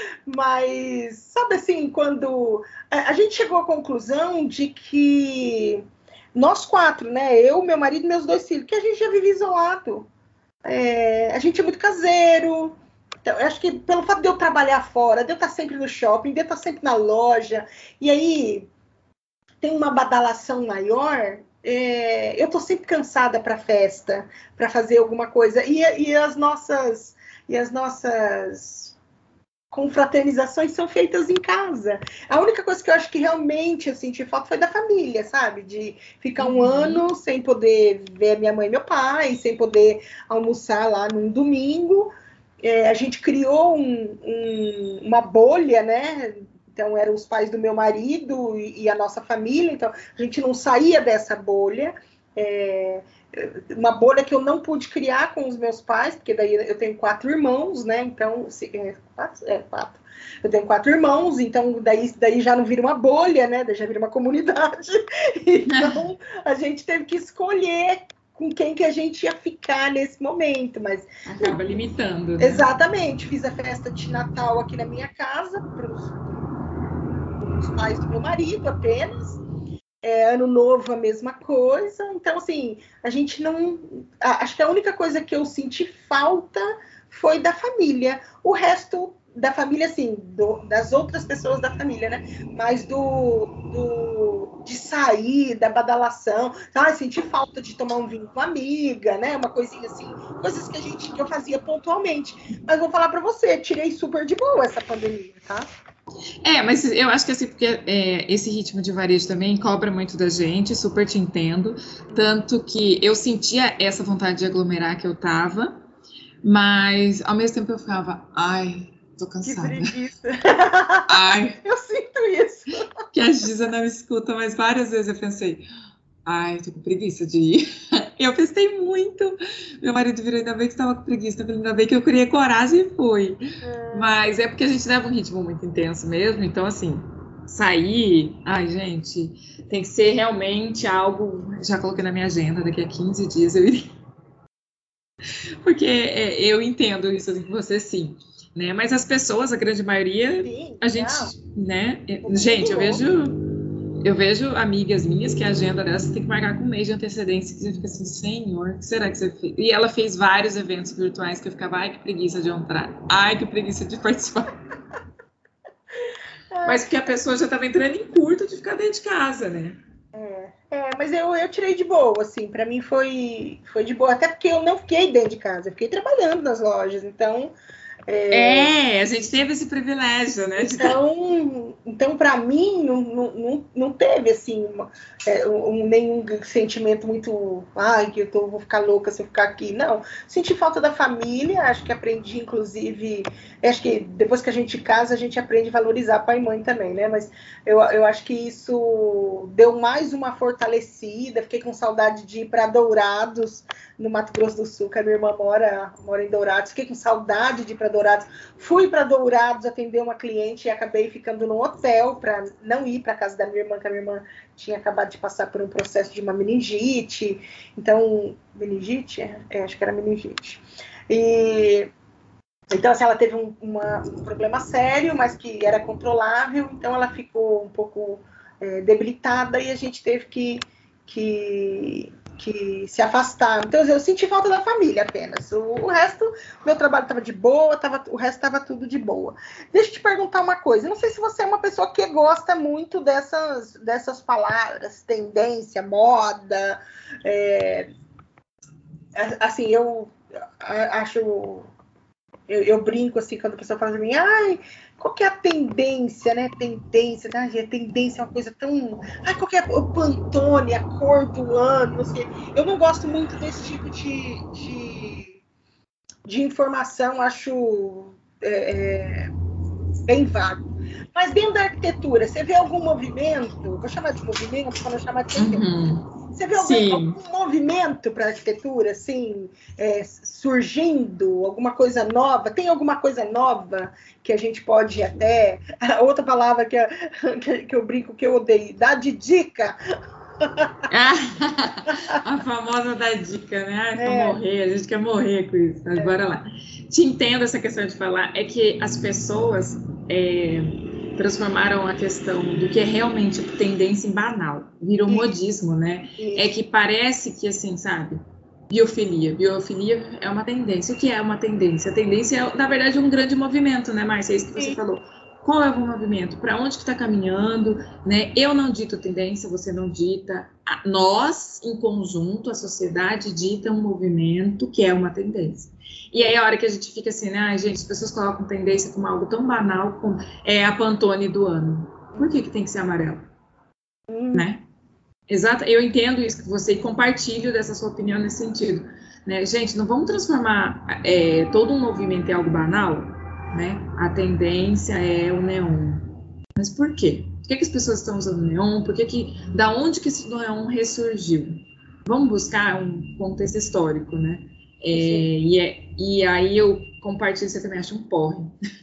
mas sabe assim, quando... A gente chegou à conclusão de que nós quatro, né? Eu, meu marido e meus dois filhos, que a gente já vive isolado. É, a gente é muito caseiro. Então, eu acho que pelo fato de eu trabalhar fora, de eu estar sempre no shopping, de eu estar sempre na loja, e aí tem uma badalação maior, é, eu estou sempre cansada para festa, para fazer alguma coisa. E, e as nossas e as nossas confraternizações são feitas em casa. A única coisa que eu acho que realmente eu senti falta foi da família, sabe? De ficar um uhum. ano sem poder ver minha mãe e meu pai, sem poder almoçar lá num domingo. É, a gente criou um, um, uma bolha, né? Então, eram os pais do meu marido e, e a nossa família. Então, a gente não saía dessa bolha. É, uma bolha que eu não pude criar com os meus pais, porque daí eu tenho quatro irmãos, né? Então, é, quatro, é, quatro. Eu tenho quatro irmãos, então daí, daí já não vira uma bolha, né? Daí já vira uma comunidade. Então, a gente teve que escolher com quem que a gente ia ficar nesse momento, mas... Acaba limitando, né? Exatamente. Fiz a festa de Natal aqui na minha casa, para os pais do meu marido apenas. É, ano novo, a mesma coisa. Então, assim, a gente não... Acho que a única coisa que eu senti falta foi da família. O resto da família, assim, do, das outras pessoas da família, né? Mas do, do de sair, da badalação. Ah, senti falta de tomar um vinho com uma amiga, né? Uma coisinha assim. Coisas que, a gente, que eu fazia pontualmente. Mas vou falar para você, tirei super de boa essa pandemia, tá? É, mas eu acho que assim, porque é, esse ritmo de varejo também cobra muito da gente, super te entendo, tanto que eu sentia essa vontade de aglomerar que eu tava, mas ao mesmo tempo eu ficava, ai, tô cansada. Que preguiça. Ai, eu sinto isso. Que a Giza não me escuta, mas várias vezes eu pensei, ai, tô com preguiça de ir. Eu pensei muito. Meu marido virou, ainda bem que estava com preguiça, ainda bem que eu criei coragem e fui. É. Mas é porque a gente leva um ritmo muito intenso mesmo, então assim, sair, ai gente, tem que ser realmente algo, já coloquei na minha agenda, daqui a quinze dias eu iria. Porque é, eu entendo isso assim, com você sim, né? Mas as pessoas, a grande maioria, sim, a gente, não. né? Gente, eu vejo... Eu vejo amigas minhas que a agenda dessa tem que marcar com um mês de antecedência, que você fica assim, senhor, o que será que você fez? E ela fez vários eventos virtuais que eu ficava, ai, que preguiça de entrar, ai, que preguiça de participar. Mas porque a pessoa já estava entrando em curto de ficar dentro de casa, né? É, é mas eu, eu tirei de boa, assim, para mim foi, foi de boa, até porque eu não fiquei dentro de casa, eu fiquei trabalhando nas lojas, então... É, é, a gente teve esse privilégio, né? Então, então para mim, não, não, não teve, assim, uma, é, um, nenhum sentimento muito, ai, que eu tô, vou ficar louca se eu ficar aqui. Não, senti falta da família, acho que aprendi, inclusive, acho que depois que a gente casa, a gente aprende a valorizar pai e mãe também, né? Mas eu, eu acho que isso deu mais uma fortalecida, fiquei com saudade de ir para Dourados, no Mato Grosso do Sul, que a minha irmã mora, mora em Dourados, fiquei com saudade de ir para Dourados, fui para Dourados atender uma cliente e acabei ficando no hotel para não ir para casa da minha irmã, que a minha irmã tinha acabado de passar por um processo de uma meningite, então, meningite? É, acho que era meningite. E, então, assim, ela teve um, uma, um problema sério, mas que era controlável, então ela ficou um pouco é, debilitada e a gente teve que... que que se afastar. Então, eu senti falta da família apenas. O, o resto, meu trabalho estava de boa, tava, o resto estava tudo de boa. Deixa eu te perguntar uma coisa. Eu não sei se você é uma pessoa que gosta muito dessas, dessas palavras, tendência, moda. É, assim, eu acho... Eu, eu brinco assim, quando a pessoa fala de mim, ai, qual que é a tendência, né? Tendência, né? A tendência é uma coisa tão... Ai, qual que é o Pantone, a cor do ano, não sei. Eu não gosto muito desse tipo de, de, de informação, acho é, é, bem vago. Mas dentro da arquitetura, você vê algum movimento? Vou chamar de movimento para não chamar de tendência. Uhum. Você vê algum, algum movimento para a arquitetura, assim, é, surgindo? Alguma coisa nova? Tem alguma coisa nova que a gente pode até... Outra palavra que, que, que eu brinco que eu odeio, dar de dica. A famosa da dica, né? Ai, pra É. morrer, a gente quer morrer com isso, mas é. Bora lá. Te entendo essa questão de falar, é que as pessoas é, transformaram a questão do que é realmente tendência em banal, virou modismo, né? Isso. É que parece que, assim, sabe, biofilia, biofilia é uma tendência. O que é uma tendência? A tendência é, na verdade, um grande movimento, né, Márcia? É isso que você Sim. falou. Qual é o movimento? Para onde que está caminhando? Né? Eu não dito tendência, você não dita. Nós, em conjunto, a sociedade dita um movimento que é uma tendência. E aí a hora que a gente fica assim, né? Ah, gente, as pessoas colocam tendência como algo tão banal como é a Pantone do ano. Por que que tem que ser amarelo? Hum. Né? Exato, eu entendo isso que você e compartilho dessa sua opinião nesse sentido. Né? Gente, não vamos transformar é, todo um movimento em algo banal? Né? A tendência é o neon. Mas por quê? Por que, que as pessoas estão usando neon? Por que que, da onde que esse neon ressurgiu? Vamos buscar um contexto histórico, né? É, e, é, e aí eu compartilho, você também acha um porre.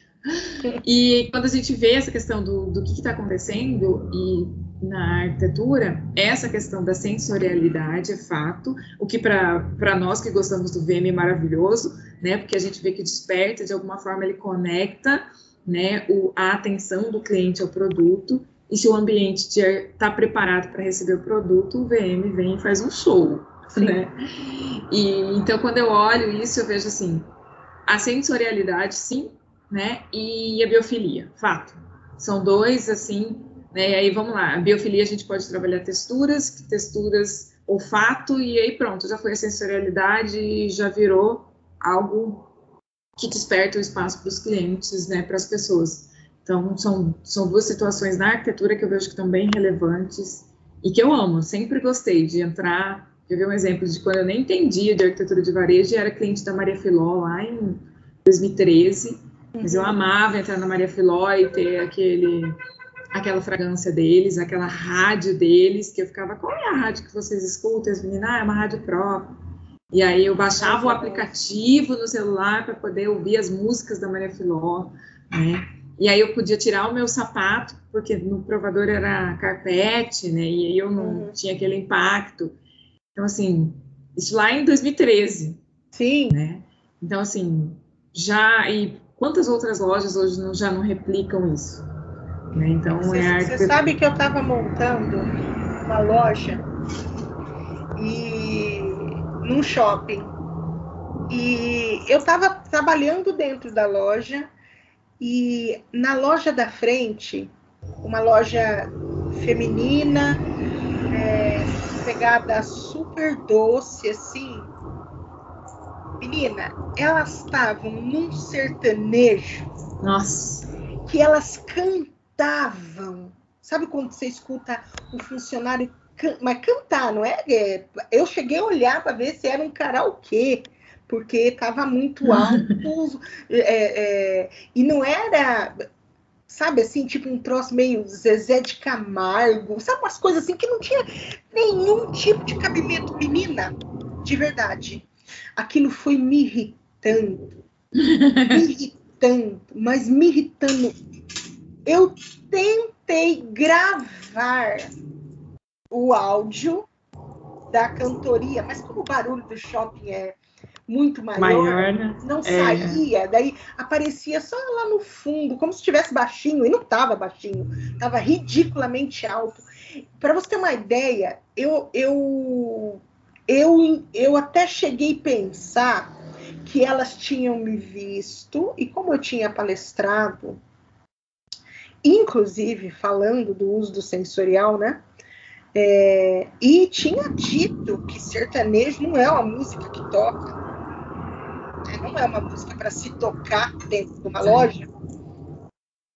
E quando a gente vê essa questão do, do que está acontecendo e na arquitetura, essa questão da sensorialidade é fato, o que para nós que gostamos do V M é maravilhoso, né, porque a gente vê que desperta, de alguma forma ele conecta, né, o, a atenção do cliente ao produto, e se o ambiente está preparado para receber o produto, o V M vem e faz um show, né? E, então, quando eu olho isso, eu vejo assim, a sensorialidade, sim, né, e a biofilia, fato. São dois, assim, né, e aí vamos lá, a biofilia a gente pode trabalhar texturas, texturas, olfato, e aí pronto, já foi a sensorialidade e já virou algo que desperta o espaço para os clientes, né, para as pessoas. Então, são, são duas situações na arquitetura que eu vejo que estão bem relevantes e que eu amo, sempre gostei de entrar. Eu vi um exemplo de quando eu nem entendia de arquitetura de varejo e era cliente da Maria Filó lá em dois mil e treze, mas eu amava entrar na Maria Filó e ter aquele, aquela fragrância deles, aquela rádio deles, que eu ficava, qual é a rádio que vocês escutam? As meninas, ah, é uma rádio própria. E aí eu baixava o aplicativo no celular para poder ouvir as músicas da Maria Filó, né? E aí eu podia tirar o meu sapato, porque no provador era carpete, né? E aí eu não uhum. tinha aquele impacto. Então, assim, isso lá em dois mil e treze. Sim. Né? Então, assim, já... E quantas outras lojas hoje não, já não replicam isso? Né? Então, Você é sabe que eu estava montando uma loja e num shopping. E eu estava trabalhando dentro da loja e na loja da frente, uma loja feminina, é, pegada super doce, assim. Menina, elas estavam num sertanejo. Nossa. Que elas cantavam. Sabe quando você escuta um funcionário can... mas cantar, não é? Eu cheguei a olhar para ver se era um karaokê, porque estava muito alto. é, é... E não era, sabe assim, tipo um troço meio Zezé de Camargo, sabe umas coisas assim que não tinha nenhum tipo de cabimento. Menina, de verdade, aquilo foi me irritando, me irritando, mas me irritando. Eu tentei gravar o áudio da cantoria, mas como o barulho do shopping é muito maior, maior né? não saía, é. Daí aparecia só lá no fundo, como se estivesse baixinho, e não estava baixinho, estava ridiculamente alto. Para você ter uma ideia, eu, eu, eu, eu até cheguei a pensar que elas tinham me visto, e como eu tinha palestrado, inclusive falando do uso do sensorial, né? É, e tinha dito que sertanejo não é uma música que toca, né? Não é uma música para se tocar dentro de uma loja.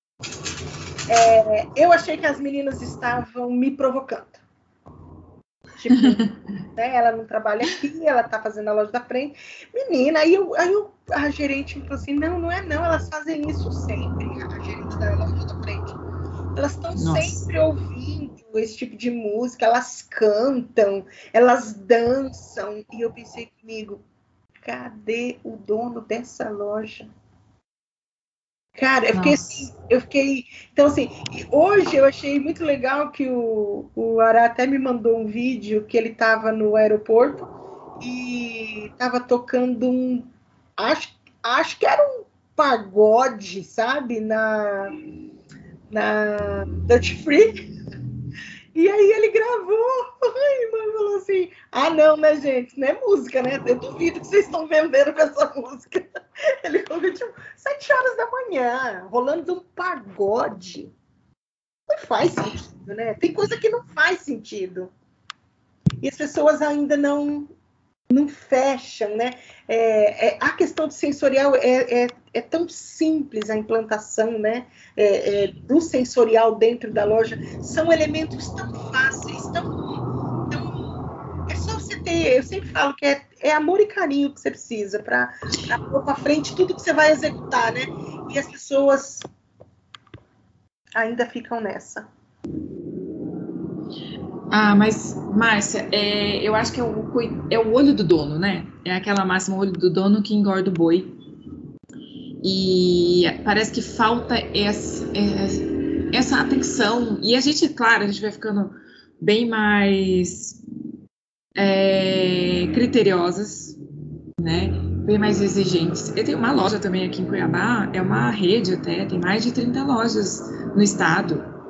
É, eu achei que as meninas estavam me provocando. Tipo, né, ela não trabalha aqui, ela tá fazendo a loja da frente. Menina, aí, eu, aí eu, a gerente falou assim, não, não é não, elas fazem isso sempre, a gerente da loja da frente. Elas estão sempre ouvindo esse tipo de música, elas cantam, elas dançam. E eu pensei comigo, cadê o dono dessa loja? Cara, eu fiquei assim, eu fiquei... Então, assim, hoje eu achei muito legal que o, o Ará até me mandou um vídeo que ele estava no aeroporto e estava tocando um... Acho, acho que era um pagode, sabe? Na, na Dutch Free. E aí ele gravou, e mano falou assim, ah não, né gente, não é música, né? Eu duvido que vocês estão vendendo com essa música. Ele colocou tipo sete horas da manhã, rolando um pagode. Não faz sentido, né? Tem coisa que não faz sentido. E as pessoas ainda não, não fecham, né? É, é, a questão do sensorial é, é, é tão simples, a implantação, né? É, é, do sensorial dentro da loja. São elementos tão fáceis, tão, tão... É só você ter... Eu sempre falo que é, é amor e carinho que você precisa para pôr para frente tudo que você vai executar, né? E as pessoas ainda ficam nessa. Ah, mas, Márcia, é, eu acho que é o, é o olho do dono, né? É aquela máxima, o olho do dono que engorda o boi. E parece que falta essa, essa atenção. E a gente, claro, a gente vai ficando bem mais é, criteriosas, né? Bem mais exigentes. Eu tenho uma loja também aqui em Cuiabá, é uma rede até, tem mais de trinta lojas no estado.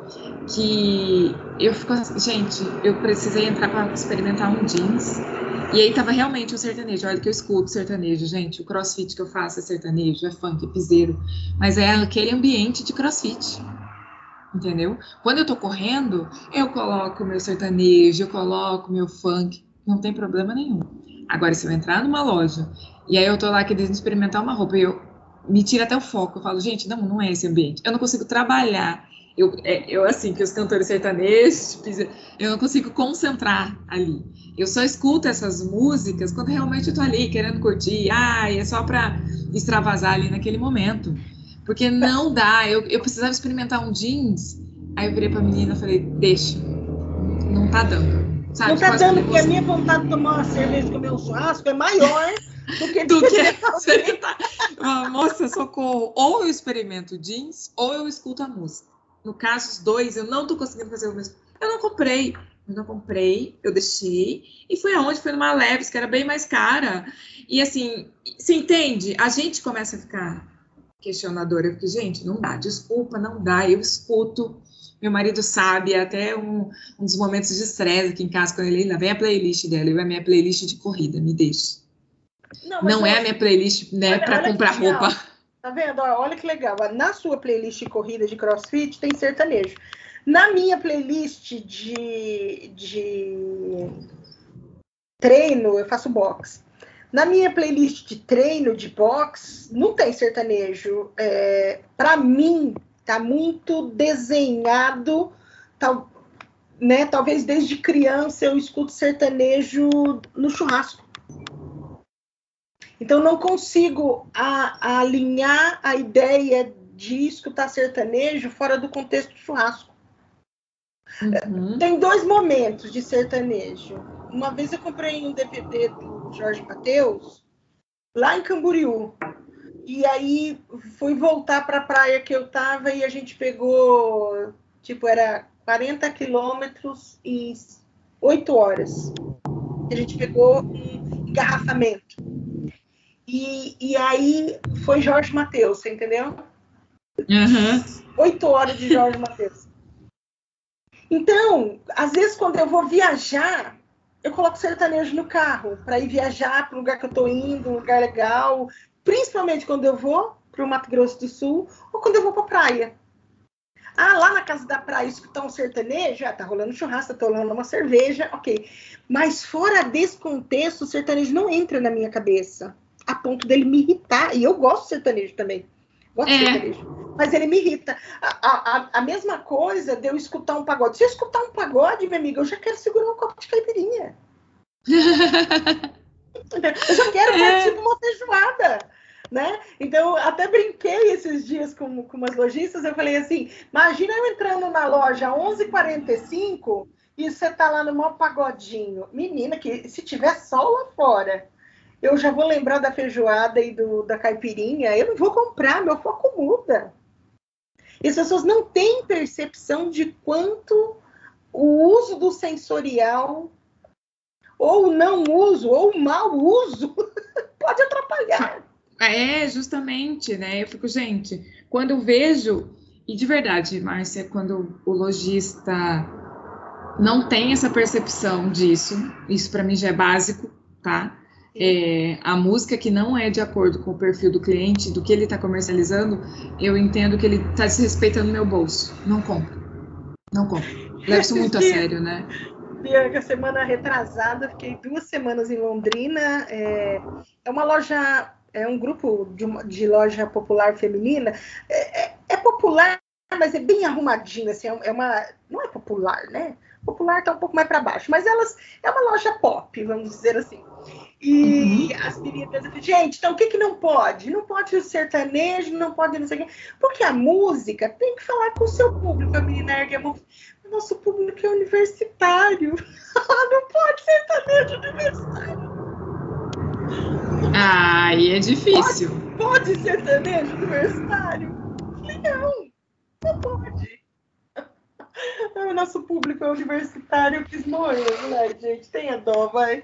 Que eu fico assim, gente, eu precisei entrar para experimentar um jeans, e aí tava realmente o sertanejo. Olha que eu escuto sertanejo, gente, o crossfit que eu faço é sertanejo, é funk, é piseiro, mas é aquele ambiente de crossfit, entendeu? Quando eu tô correndo, eu coloco meu sertanejo, eu coloco meu funk, não tem problema nenhum. Agora, se eu entrar numa loja, e aí eu tô lá querendo experimentar uma roupa, e eu me tira até o foco, eu falo, gente, não, não é esse ambiente, eu não consigo trabalhar. Eu, eu, assim, que os cantores sertanejos, eu não consigo concentrar ali. Eu só escuto essas músicas quando realmente eu tô ali, querendo curtir. Ah, é só para extravasar ali naquele momento. Porque não dá. Eu, eu precisava experimentar um jeans. Aí eu virei pra menina e falei, deixa. Não tá dando. Sabe? Não tá dando, porque a minha vontade de tomar uma cerveja e comer um churrasco é maior do que... do que experimentar. Moça, socorro. Ou eu experimento jeans, ou eu escuto a música. No caso, os dois, eu não tô conseguindo fazer o mesmo. Eu não comprei, eu não comprei, eu deixei. E foi aonde? Foi numa Leves, que era bem mais cara. E assim, você entende? A gente começa a ficar questionadora, porque, gente, não dá, desculpa, não dá. Eu escuto, meu marido sabe, até um, um dos momentos de estresse aqui em casa, quando ele vem a playlist dela, eu é a minha playlist de corrida, me deixa. Não, não é a minha playlist, né, para comprar roupa. Tá vendo? Olha que legal. Na sua playlist de corrida de crossfit tem sertanejo. Na minha playlist de, de treino, eu faço boxe. Na minha playlist de treino de boxe, não tem sertanejo. É, para mim, tá muito desenhado. Tal, né? Talvez desde criança eu escuto sertanejo no churrasco. Então, não consigo a, a alinhar a ideia de escutar sertanejo fora do contexto do churrasco. Uhum. Tem dois momentos de sertanejo. Uma vez eu comprei um D V D do Jorge Mateus, lá em Camboriú. E aí, fui voltar para a praia que eu estava e a gente pegou, tipo, era quarenta quilômetros e oito horas. A gente pegou um engarrafamento. E, e aí foi Jorge Mateus, você entendeu? Uhum. Oito horas de Jorge Mateus. Então, às vezes, quando eu vou viajar, eu coloco sertanejo no carro para ir viajar para um lugar que eu estou indo, um lugar legal. Principalmente quando eu vou para o Mato Grosso do Sul ou quando eu vou para a praia. Ah, lá na casa da praia, escutar um sertanejo, ah, tá rolando churrasco, tá rolando uma cerveja, ok. Mas fora desse contexto, o sertanejo não entra na minha cabeça. A ponto dele me irritar. E eu gosto de sertanejo também. Gosto é. de sertanejo. Mas ele me irrita. A, a, a mesma coisa de eu escutar um pagode. Se eu escutar um pagode, minha amiga, eu já quero segurar um copo de caipirinha. Eu já quero partir para uma feijoada. Né? Então, até brinquei esses dias com, com umas lojistas, eu falei assim, imagina eu entrando na loja onze e quarenta e cinco e você tá lá no maior pagodinho. Menina, que se tiver sol lá fora, eu já vou lembrar da feijoada e do, da caipirinha, eu não vou comprar, meu foco muda. E as pessoas não têm percepção de quanto o uso do sensorial, ou o não uso, ou o mau uso, pode atrapalhar. É, justamente, né? Eu fico, gente, quando eu vejo, e de verdade, Márcia, quando o lojista não tem essa percepção disso, isso para mim já é básico, tá? É, a música que não é de acordo com o perfil do cliente, do que ele está comercializando, eu entendo que ele está desrespeitando meu bolso. Não compro. Não compro. Levo isso muito a sério, né? Bianca, semana retrasada, fiquei duas semanas em Londrina. É, é uma loja... É um grupo de, uma, de loja popular feminina. É, é, é popular, mas é bem arrumadinho. Assim, é uma, não é popular, né? Popular tá um pouco mais para baixo. Mas elas é uma loja pop, vamos dizer assim. E uhum. As meninas dizem, gente, então o que, que não pode? Não pode o sertanejo, não pode não sei o quê. Porque a música tem que falar com o seu público. A menina ergue a mão. O nosso público é universitário. Não pode sertanejo universitário. Ah, e é difícil. Pode, pode sertanejo universitário? Não, não pode. O nosso público é universitário, quis morrer, né, gente? Tenha dó, vai.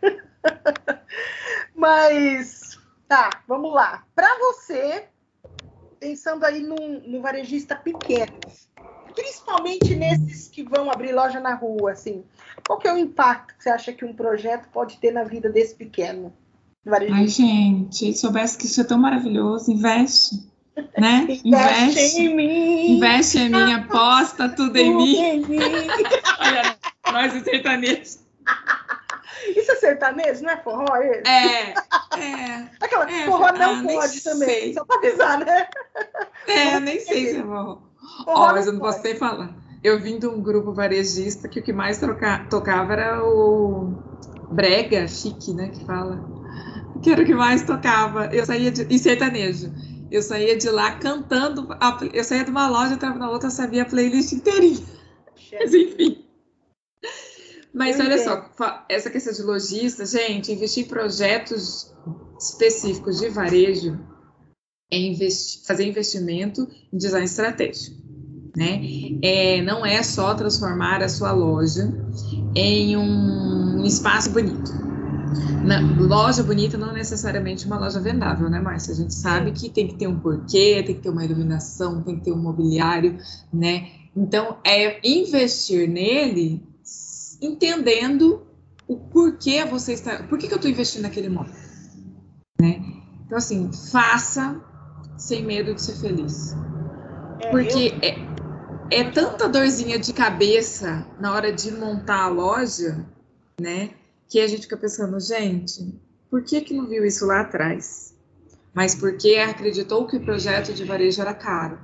Mas, tá, vamos lá. Para você, pensando aí no, no varejista pequeno, principalmente nesses que vão abrir loja na rua, assim, qual que é o impacto que você acha que um projeto pode ter na vida desse pequeno? Ai, gente, soubesse que isso é tão maravilhoso, investe, né? Investe, investe em mim. Investe em mim, aposta tudo em mim. Em mim. Olha, nós e sertanejo. Isso é sertanejo, não é forró? Esse? É, é. Aquela é, forró não ah, pode também, sei. Só pra avisar, né? É, eu nem sei se é forró. Ó, mas eu não posso nem falar. Eu vim de um grupo varejista que o que mais troca, tocava era o brega, chique, né, que fala. Que era o que mais tocava. Eu saía de... E sertanejo. Eu saía de lá cantando. A... Eu saía de uma loja, entrava na outra, sabia a playlist inteirinha. Mas enfim. Mas eu olha entendo. Só, essa questão de lojista, gente, investir em projetos específicos de varejo é investi... fazer investimento em design estratégico. Né? É, não é só transformar a sua loja em um espaço bonito. Na, loja bonita não é necessariamente uma loja vendável, né, Márcia? A gente sabe que tem que ter um porquê, tem que ter uma iluminação, tem que ter um mobiliário, né? Então, é investir nele entendendo o porquê você está... Por que, que eu estou investindo naquele imóvel? Né? Então, assim, faça sem medo de ser feliz. Porque é, é tanta dorzinha de cabeça na hora de montar a loja, né? Que a gente fica pensando, gente, por que que não viu isso lá atrás? Mas porque acreditou que o projeto de varejo era caro.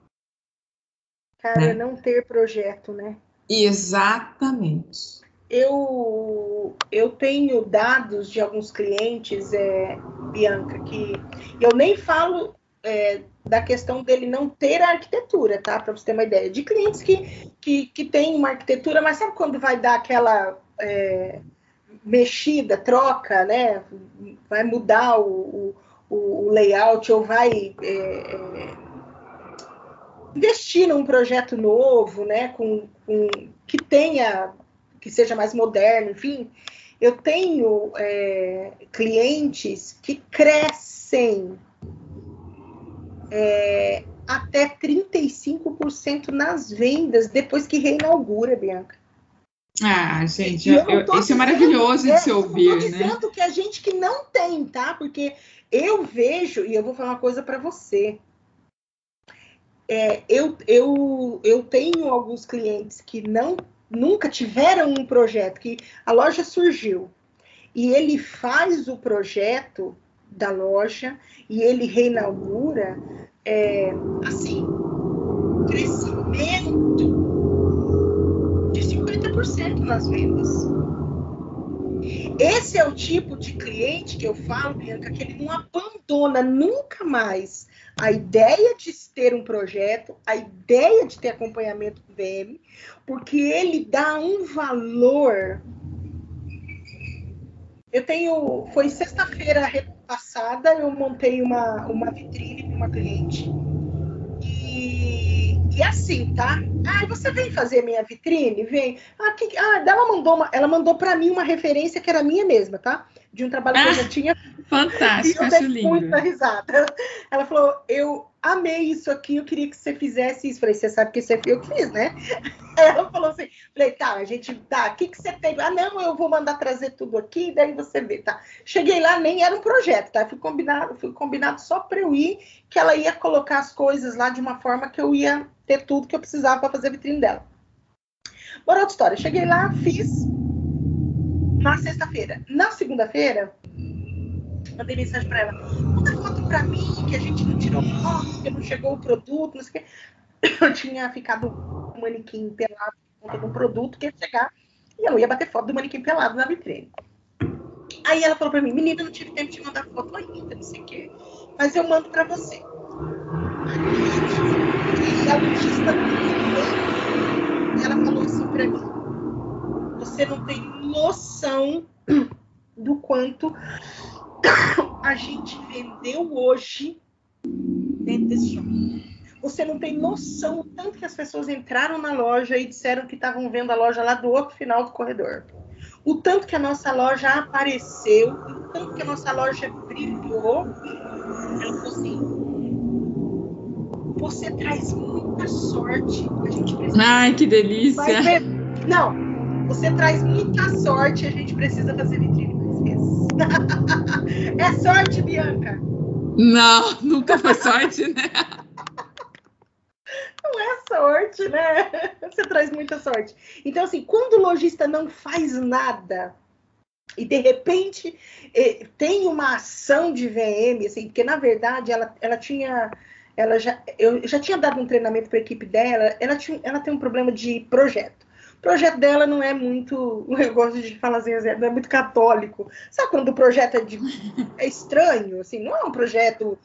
Cara, né? Não ter projeto, né? Exatamente. Eu, eu tenho dados de alguns clientes, é, Bianca, que eu nem falo é, da questão dele não ter a arquitetura, tá? Para você ter uma ideia. De clientes que, que, que têm uma arquitetura, mas sabe quando vai dar aquela... É, mexida, troca, né? Vai mudar o, o, o layout ou vai é, é, investir num projeto novo, né? Com, com, que tenha, que seja mais moderno, enfim. Eu tenho é, clientes que crescem é, até trinta e cinco por cento nas vendas depois que reinaugura, Bianca. Ah, gente, eu, eu, isso dizendo, é maravilhoso de se ouvir, eu tô dizendo né? que a gente que não tem, tá? Porque eu vejo, e eu vou falar uma coisa para você. É, eu, eu, eu tenho alguns clientes que não, nunca tiveram um projeto, que a loja surgiu, e ele faz o projeto da loja, e ele reinaugura, é, assim, crescimento de cinquenta por cento nas vendas. Esse é o tipo de cliente que eu falo, Bianca, que ele não abandona nunca mais a ideia de ter um projeto, a ideia de ter acompanhamento com o V M, porque ele dá um valor. Eu tenho, foi sexta-feira passada, eu montei uma, uma vitrine para uma cliente. E, e assim, tá? Ah, você vem fazer minha vitrine? Vem. Ah, que, ah ela mandou, uma, ela mandou para mim uma referência que era minha mesma, tá? De um trabalho que ah, eu já tinha. Fantástico, e eu acho dei lindo. Muita risada. Ela falou, eu amei isso aqui, eu queria que você fizesse isso. Falei, você sabe que isso é eu que fiz, né? Ela falou assim, falei, tá, a gente, tá, o que, que você tem? Ah, não, eu vou mandar trazer tudo aqui, daí você vê, tá. Cheguei lá, nem era um projeto, tá? Fui combinado, fui combinado só para eu ir, que ela ia colocar as coisas lá de uma forma que eu ia ter tudo que eu precisava para fazer a vitrine dela. Bora outra história, cheguei lá, fiz na sexta-feira. Na segunda-feira, mandei mensagem para ela, manda foto para mim, que a gente não tirou foto, porque não chegou o produto, não sei o quê. Eu tinha ficado um manequim pelado por conta de um produto que ia chegar e eu não ia bater foto do manequim pelado na vitrine. Aí ela falou pra mim, menina, não tive tempo de mandar foto ainda, não sei o quê, mas eu mando pra você. E a logista e ela falou assim pra mim, você não tem noção do quanto a gente vendeu hoje dentro desse shopping. Você não tem noção do tanto que as pessoas entraram na loja e disseram que estavam vendo a loja lá do outro final do corredor. O tanto que a nossa loja apareceu, o tanto que a nossa loja brilhou. Ela falou assim, você traz muita sorte. A gente precisa... Ai, que delícia! Ver... Não, você traz muita sorte, a gente precisa fazer vitrine mais vezes. É sorte, Bianca? Não, nunca foi sorte, né? Não é sorte, né? Você traz muita sorte. Então, assim, quando o lojista não faz nada e, de repente, tem uma ação de V M, assim, porque, na verdade, ela, ela tinha... Ela já, eu já tinha dado um treinamento para a equipe dela, ela, tinha, ela tem um problema de projeto. O projeto dela não é muito... Eu gosto de falar assim, não é muito católico. Sabe quando o projeto é, de, é estranho? Assim, não é um projeto...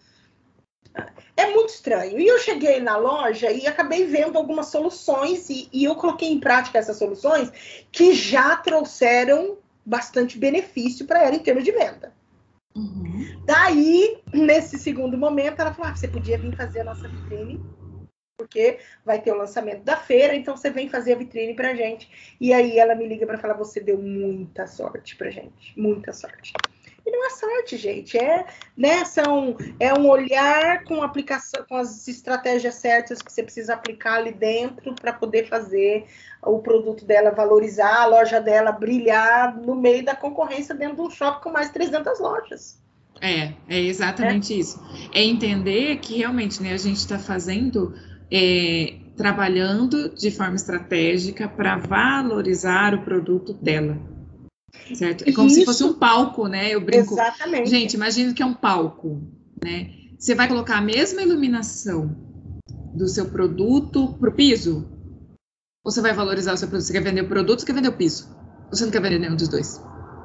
É muito estranho. E eu cheguei na loja e acabei vendo algumas soluções e, e eu coloquei em prática essas soluções que já trouxeram bastante benefício para ela em termos de venda. Uhum. Daí, nesse segundo momento, ela falou, ah, você podia vir fazer a nossa vitrine, porque vai ter o lançamento da feira, então você vem fazer a vitrine pra gente. E aí ela me liga para falar, você deu muita sorte pra gente, muita sorte. E não é sorte, gente, é, né, são, é um olhar com aplicação, com as estratégias certas que você precisa aplicar ali dentro para poder fazer o produto dela valorizar, a loja dela brilhar no meio da concorrência dentro de um shopping com mais de trezentas lojas. É, é exatamente é. isso. É entender que realmente, né, a gente está fazendo, é, trabalhando de forma estratégica para valorizar o produto dela. Certo? É como Isso. se fosse um palco, né? Eu brinco. Exatamente. Gente, imagina que é um palco, né? Você vai colocar a mesma iluminação do seu produto pro piso? Ou você vai valorizar o seu produto? Você quer vender o produto ou você quer vender o piso? Ou você não quer vender nenhum dos dois?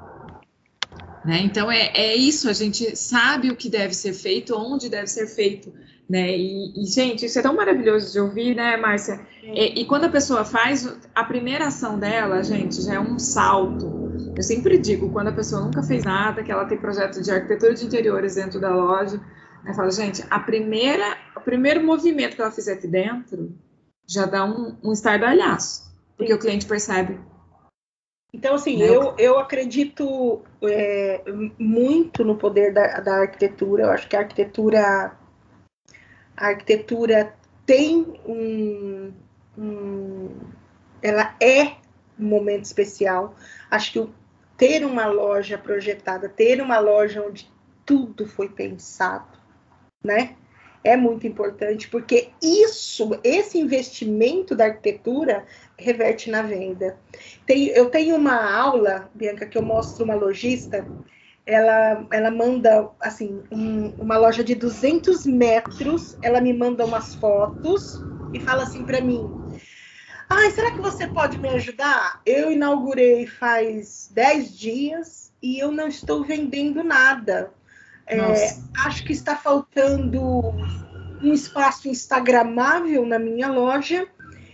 Né? Então, é, é isso. A gente sabe o que deve ser feito, onde deve ser feito. Né? E, e, gente, isso é tão maravilhoso de ouvir, né, Márcia? E, e quando a pessoa faz, a primeira ação dela, gente, já é um salto. Eu sempre digo, quando a pessoa nunca fez nada, que ela tem projeto de arquitetura de interiores dentro da loja, né, fala, gente, a primeira, o primeiro movimento que ela fizer aqui dentro já dá um, um estardalhaço, porque Sim. o cliente percebe. Então, assim, né? eu, eu acredito é, muito no poder da, da arquitetura. Eu acho que a arquitetura, a arquitetura tem um, um... Ela é um momento especial. Acho que o, ter uma loja projetada, ter uma loja onde tudo foi pensado, né? É muito importante, porque isso, esse investimento da arquitetura reverte na venda. Tem, eu tenho uma aula, Bianca, que eu mostro uma lojista, ela, ela manda, assim, um, uma loja de duzentos metros, ela me manda umas fotos e fala assim para mim, ai, será que você pode me ajudar? Eu inaugurei faz dez dias e eu não estou vendendo nada. É, acho que está faltando um espaço instagramável na minha loja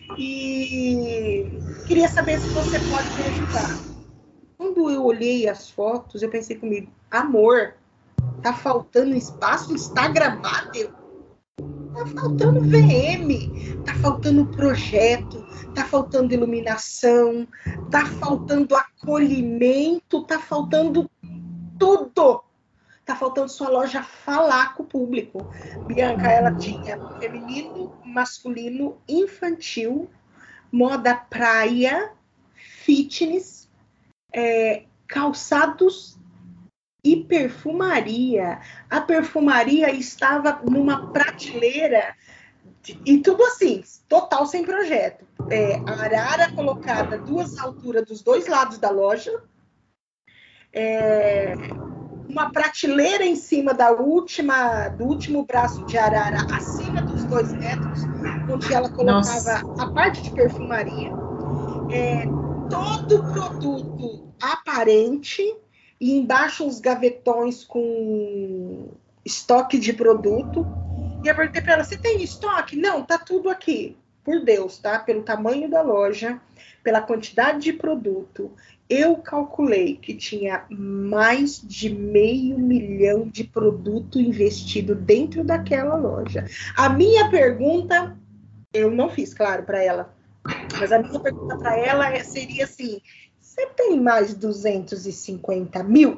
e queria saber se você pode me ajudar. Quando eu olhei as fotos, eu pensei comigo, amor, tá faltando espaço instagramável? Tá faltando V M, tá faltando projeto, tá faltando iluminação, tá faltando acolhimento, tá faltando tudo. Tá faltando sua loja falar com o público. Bianca, ela tinha feminino, masculino, infantil, moda praia, fitness, é, calçados e perfumaria. A perfumaria estava numa prateleira e tudo assim, total sem projeto. É, a arara colocada duas alturas dos dois lados da loja, é, uma prateleira em cima da última, do último braço de arara, acima dos dois metros, onde ela colocava Nossa. a parte de perfumaria. É, todo produto aparente e embaixo uns gavetões com estoque de produto. E eu perguntei para ela, você tem estoque? Não, tá tudo aqui. Por Deus, tá? Pelo tamanho da loja, pela quantidade de produto, eu calculei que tinha mais de meio milhão de produto investido dentro daquela loja. A minha pergunta, eu não fiz, claro, para ela, mas a minha pergunta para ela seria assim, você tem mais duzentos e cinquenta mil?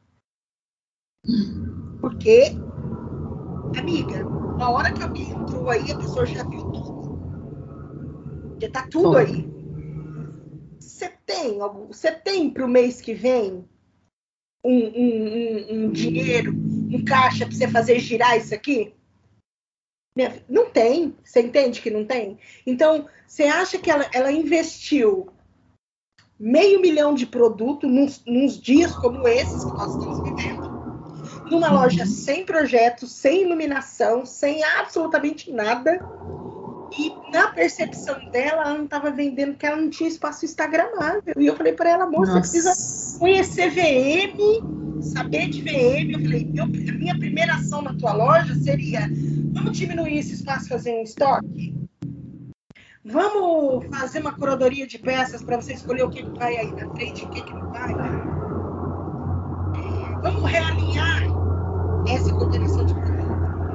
Porque, amiga, na hora que alguém entrou aí, a pessoa já viu tudo. Porque tá tudo Foi. aí. Você tem, você tem para o mês que vem um, um, um, um dinheiro, um caixa para você fazer girar isso aqui? Não tem. Você entende que não tem? Então, você acha que ela, ela investiu meio milhão de produto nos, nos dias como esses que nós estamos vivendo, numa loja sem projeto, sem iluminação, sem absolutamente nada, e na percepção dela, ela não estava vendendo porque ela não tinha espaço instagramável. E eu falei para ela, amor, você precisa conhecer V M, saber de V M. Eu falei, eu, a minha primeira ação na tua loja seria, vamos diminuir esse espaço, fazer um estoque? Vamos fazer uma curadoria de peças para você escolher o que vai aí na frente e o que, que não vai? É, vamos realinhar essa coordenação de produto?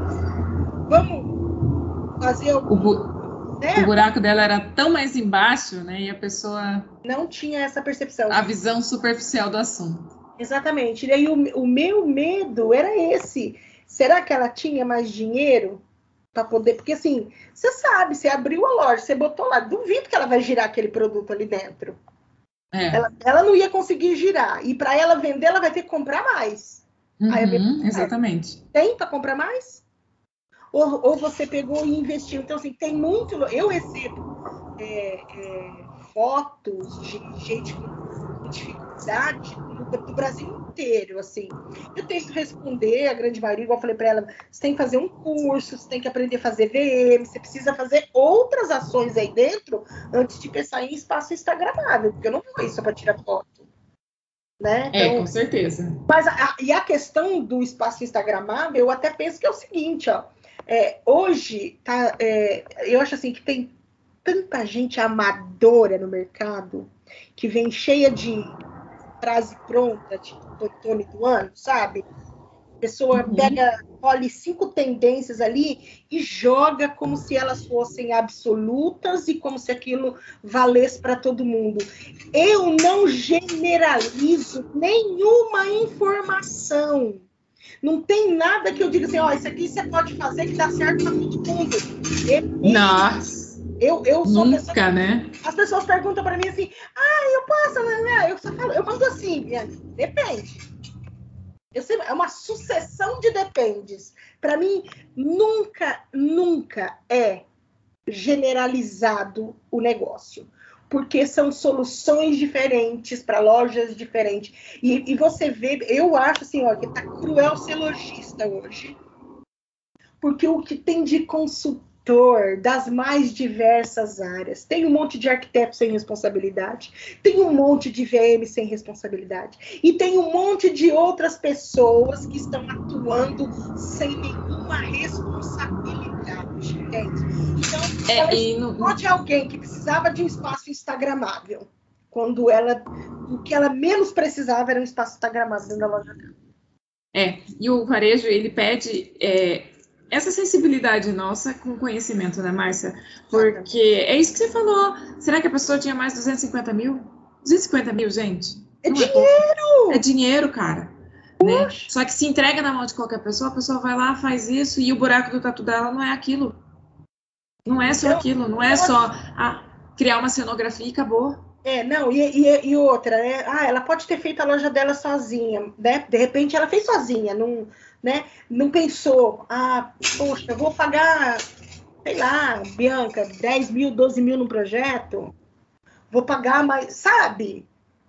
Vamos fazer o, bu né? o buraco dela era tão mais embaixo, né? E a pessoa não tinha essa percepção. A visão superficial do assunto. Exatamente. E aí o, o meu medo era esse. Será que ela tinha mais dinheiro para poder? Porque assim, você sabe, você abriu a loja, você botou lá, duvido que ela vai girar aquele produto ali dentro. É. Ela, ela não ia conseguir girar. E para ela vender, ela vai ter que comprar mais. Uhum, aí minha... Exatamente. Tem para comprar mais? Ou, ou você pegou e investiu? Então, assim, tem muito... Eu recebo é, é, fotos de gente com dificuldade do, do Brasil inteiro, assim. Eu tento responder, a grande maioria, igual eu falei para ela, você tem que fazer um curso, você tem que aprender a fazer V M, você precisa fazer outras ações aí dentro antes de pensar em espaço instagramável, porque eu não vou isso para tirar foto. Né? Então, é, com certeza. Mas a, e a questão do espaço instagramável, eu até penso que é o seguinte, ó, é, hoje, tá, é, eu acho assim que tem tanta gente amadora no mercado que vem cheia de frase pronta, tipo Tony do ano, sabe? A pessoa uhum. pega, olha cinco tendências ali e joga como se elas fossem absolutas e como se aquilo valesse para todo mundo. Eu não generalizo nenhuma informação. Não tem nada que eu diga assim, ó, oh, isso aqui você pode fazer que dá certo para todo mundo. Depende. Nossa. Eu, eu sou Nunca, pessoa, né? As pessoas perguntam para mim assim, ah, eu posso, né? Eu só falo, eu mando assim, depende. Eu sei, é uma sucessão de dependes. Para mim, nunca, nunca é generalizado o negócio. porque são soluções diferentes para lojas diferentes. E, e você vê, eu acho assim, ó, que tá cruel ser lojista hoje. Porque o que tem de consultor das mais diversas áreas, tem um monte de arquiteto sem responsabilidade, tem um monte de V M sem responsabilidade, e tem um monte de outras pessoas que estão atuando sem nenhuma responsabilidade, entende? Então, É, ela e no- pode alguém que precisava de um espaço instagramável, quando ela, o que ela menos precisava era um espaço instagramável dentro da loja dela. É, e o varejo, ele pede é, essa sensibilidade nossa com conhecimento, né, Márcia? Porque é isso que você falou. Será que a pessoa tinha mais de duzentos e cinquenta mil? duzentos e cinquenta mil, gente? É Não dinheiro! pouco. É dinheiro, cara. Né? Só que se entrega na mão de qualquer pessoa, a pessoa vai lá, faz isso, e o buraco do tatu dela não é aquilo. Não é só Então, aquilo, não é só ah, criar uma cenografia e acabou. É, não, e, e, e outra, né? Ah, ela pode ter feito a loja dela sozinha, né? De repente ela fez sozinha, não, né? Não pensou, ah, poxa, eu vou pagar, sei lá, Bianca, dez mil, doze mil no projeto, vou pagar mais, sabe?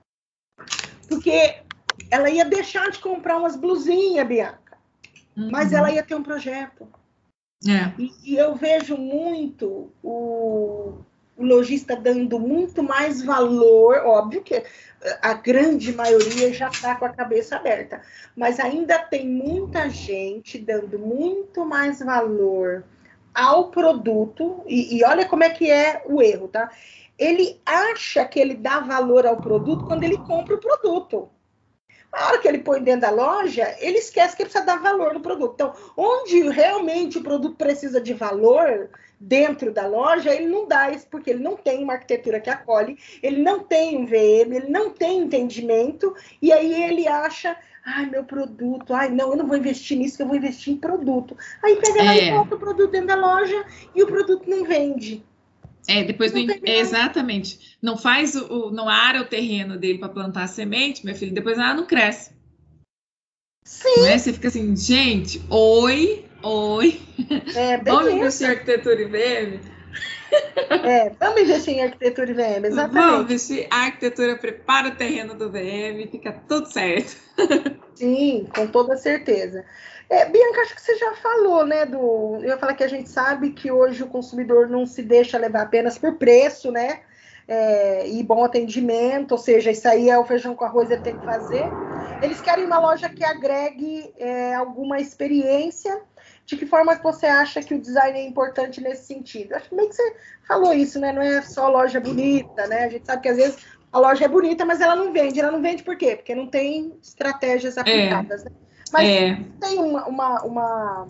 Porque ela ia deixar de comprar umas blusinhas, Bianca, Uhum. mas ela ia ter um projeto. É. E, e eu vejo muito o, o lojista dando muito mais valor, óbvio que a grande maioria já está com a cabeça aberta, mas ainda tem muita gente dando muito mais valor ao produto, e, e olha como é que é o erro, tá? Ele acha que ele dá valor ao produto quando ele compra o produto. Na hora que ele põe dentro da loja, ele esquece que precisa dar valor no produto. Então, onde realmente o produto precisa de valor dentro da loja, ele não dá isso, porque ele não tem uma arquitetura que acolhe, ele não tem um V M, ele não tem entendimento, e aí ele acha, ai, meu produto, ai, não, eu não vou investir nisso, que eu vou investir em produto. Aí pega lá É. e coloca o produto dentro da loja e o produto não vende. É, depois Não não, tem é, exatamente. Não faz o, não ara o terreno dele para plantar a semente, meu filho, depois ela não cresce. Sim. Não é? Você fica assim, gente, oi, oi. É, vamos investir em arquitetura e V M? É, vamos investir em arquitetura e V M, exatamente. Vamos investir a arquitetura, prepara o terreno do V M, fica tudo certo. Sim, com toda certeza. É, Bianca, acho que você já falou, né? Do, eu ia falar que a gente sabe que hoje o consumidor não se deixa levar apenas por preço, né? É, e bom atendimento, ou seja, isso aí é o feijão com arroz, ele tem que fazer. Eles querem uma loja que agregue é, alguma experiência. De que forma que você acha que o design é importante nesse sentido? Acho que meio que você falou isso, né? Não é só loja bonita, né? A gente sabe que às vezes a loja é bonita, mas ela não vende. Ela não vende por quê? Porque não tem estratégias aplicadas, é, né? Mas é. tem uma... uma, uma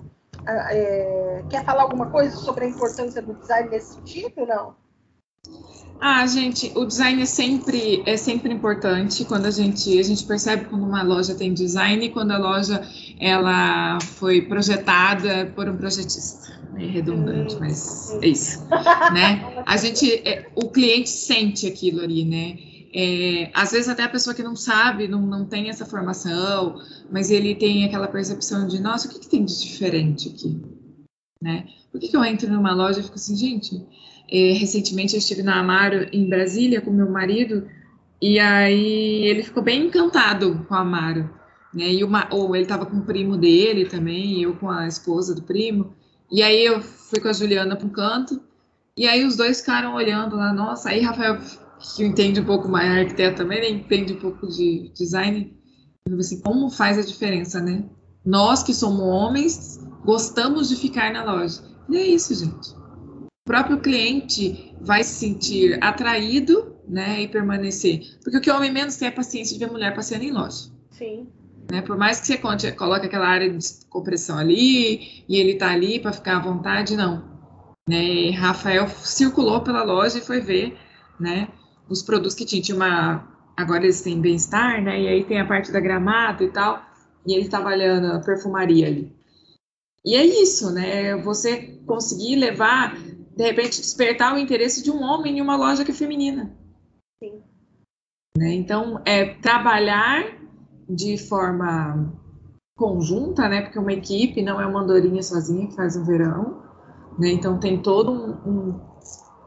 é, quer falar alguma coisa sobre a importância do design nesse sentido, não? Ah, gente, o design é sempre, é sempre importante quando a gente, a gente percebe quando uma loja tem design e quando a loja ela foi projetada por um projetista. É redundante, mas é isso, né? A gente, é, o cliente sente aquilo ali, né? É, às vezes até a pessoa que não sabe, não, não tem essa formação, mas ele tem aquela percepção de, nossa, o que, que tem de diferente aqui? Né? Por que, que eu entro numa loja e fico assim, gente... É, recentemente eu estive na Amaro em Brasília com meu marido e aí ele ficou bem encantado com a Amaro, né? E uma, ou ele estava com o primo dele também, e eu com a esposa do primo. E aí eu fui com a Juliana para um canto e aí os dois ficaram olhando lá, nossa. Aí Rafael, que entende um pouco mais, arquiteto também, né? Entende um pouco de design, eu assim, como faz a diferença, né? Nós que somos homens gostamos de ficar na loja. E é isso, gente. O próprio cliente vai se sentir atraído, né, e permanecer. Porque o que o homem menos tem é paciência de ver mulher passeando em loja. Sim. Né? Por mais que você conte, coloque aquela área de compressão ali, e ele tá ali para ficar à vontade, não. Né? Rafael circulou pela loja e foi ver, né, os produtos que tinha. Tinha uma... Agora eles têm bem-estar, né, e aí tem a parte da gramado e tal, e ele estava olhando a perfumaria ali. E é isso, né, você conseguir levar... de repente, despertar o interesse de um homem em uma loja que é feminina. Sim. Né? Então, é trabalhar de forma conjunta, né? Porque uma equipe não é uma andorinha sozinha que faz um verão, né? Então, tem todo um, um,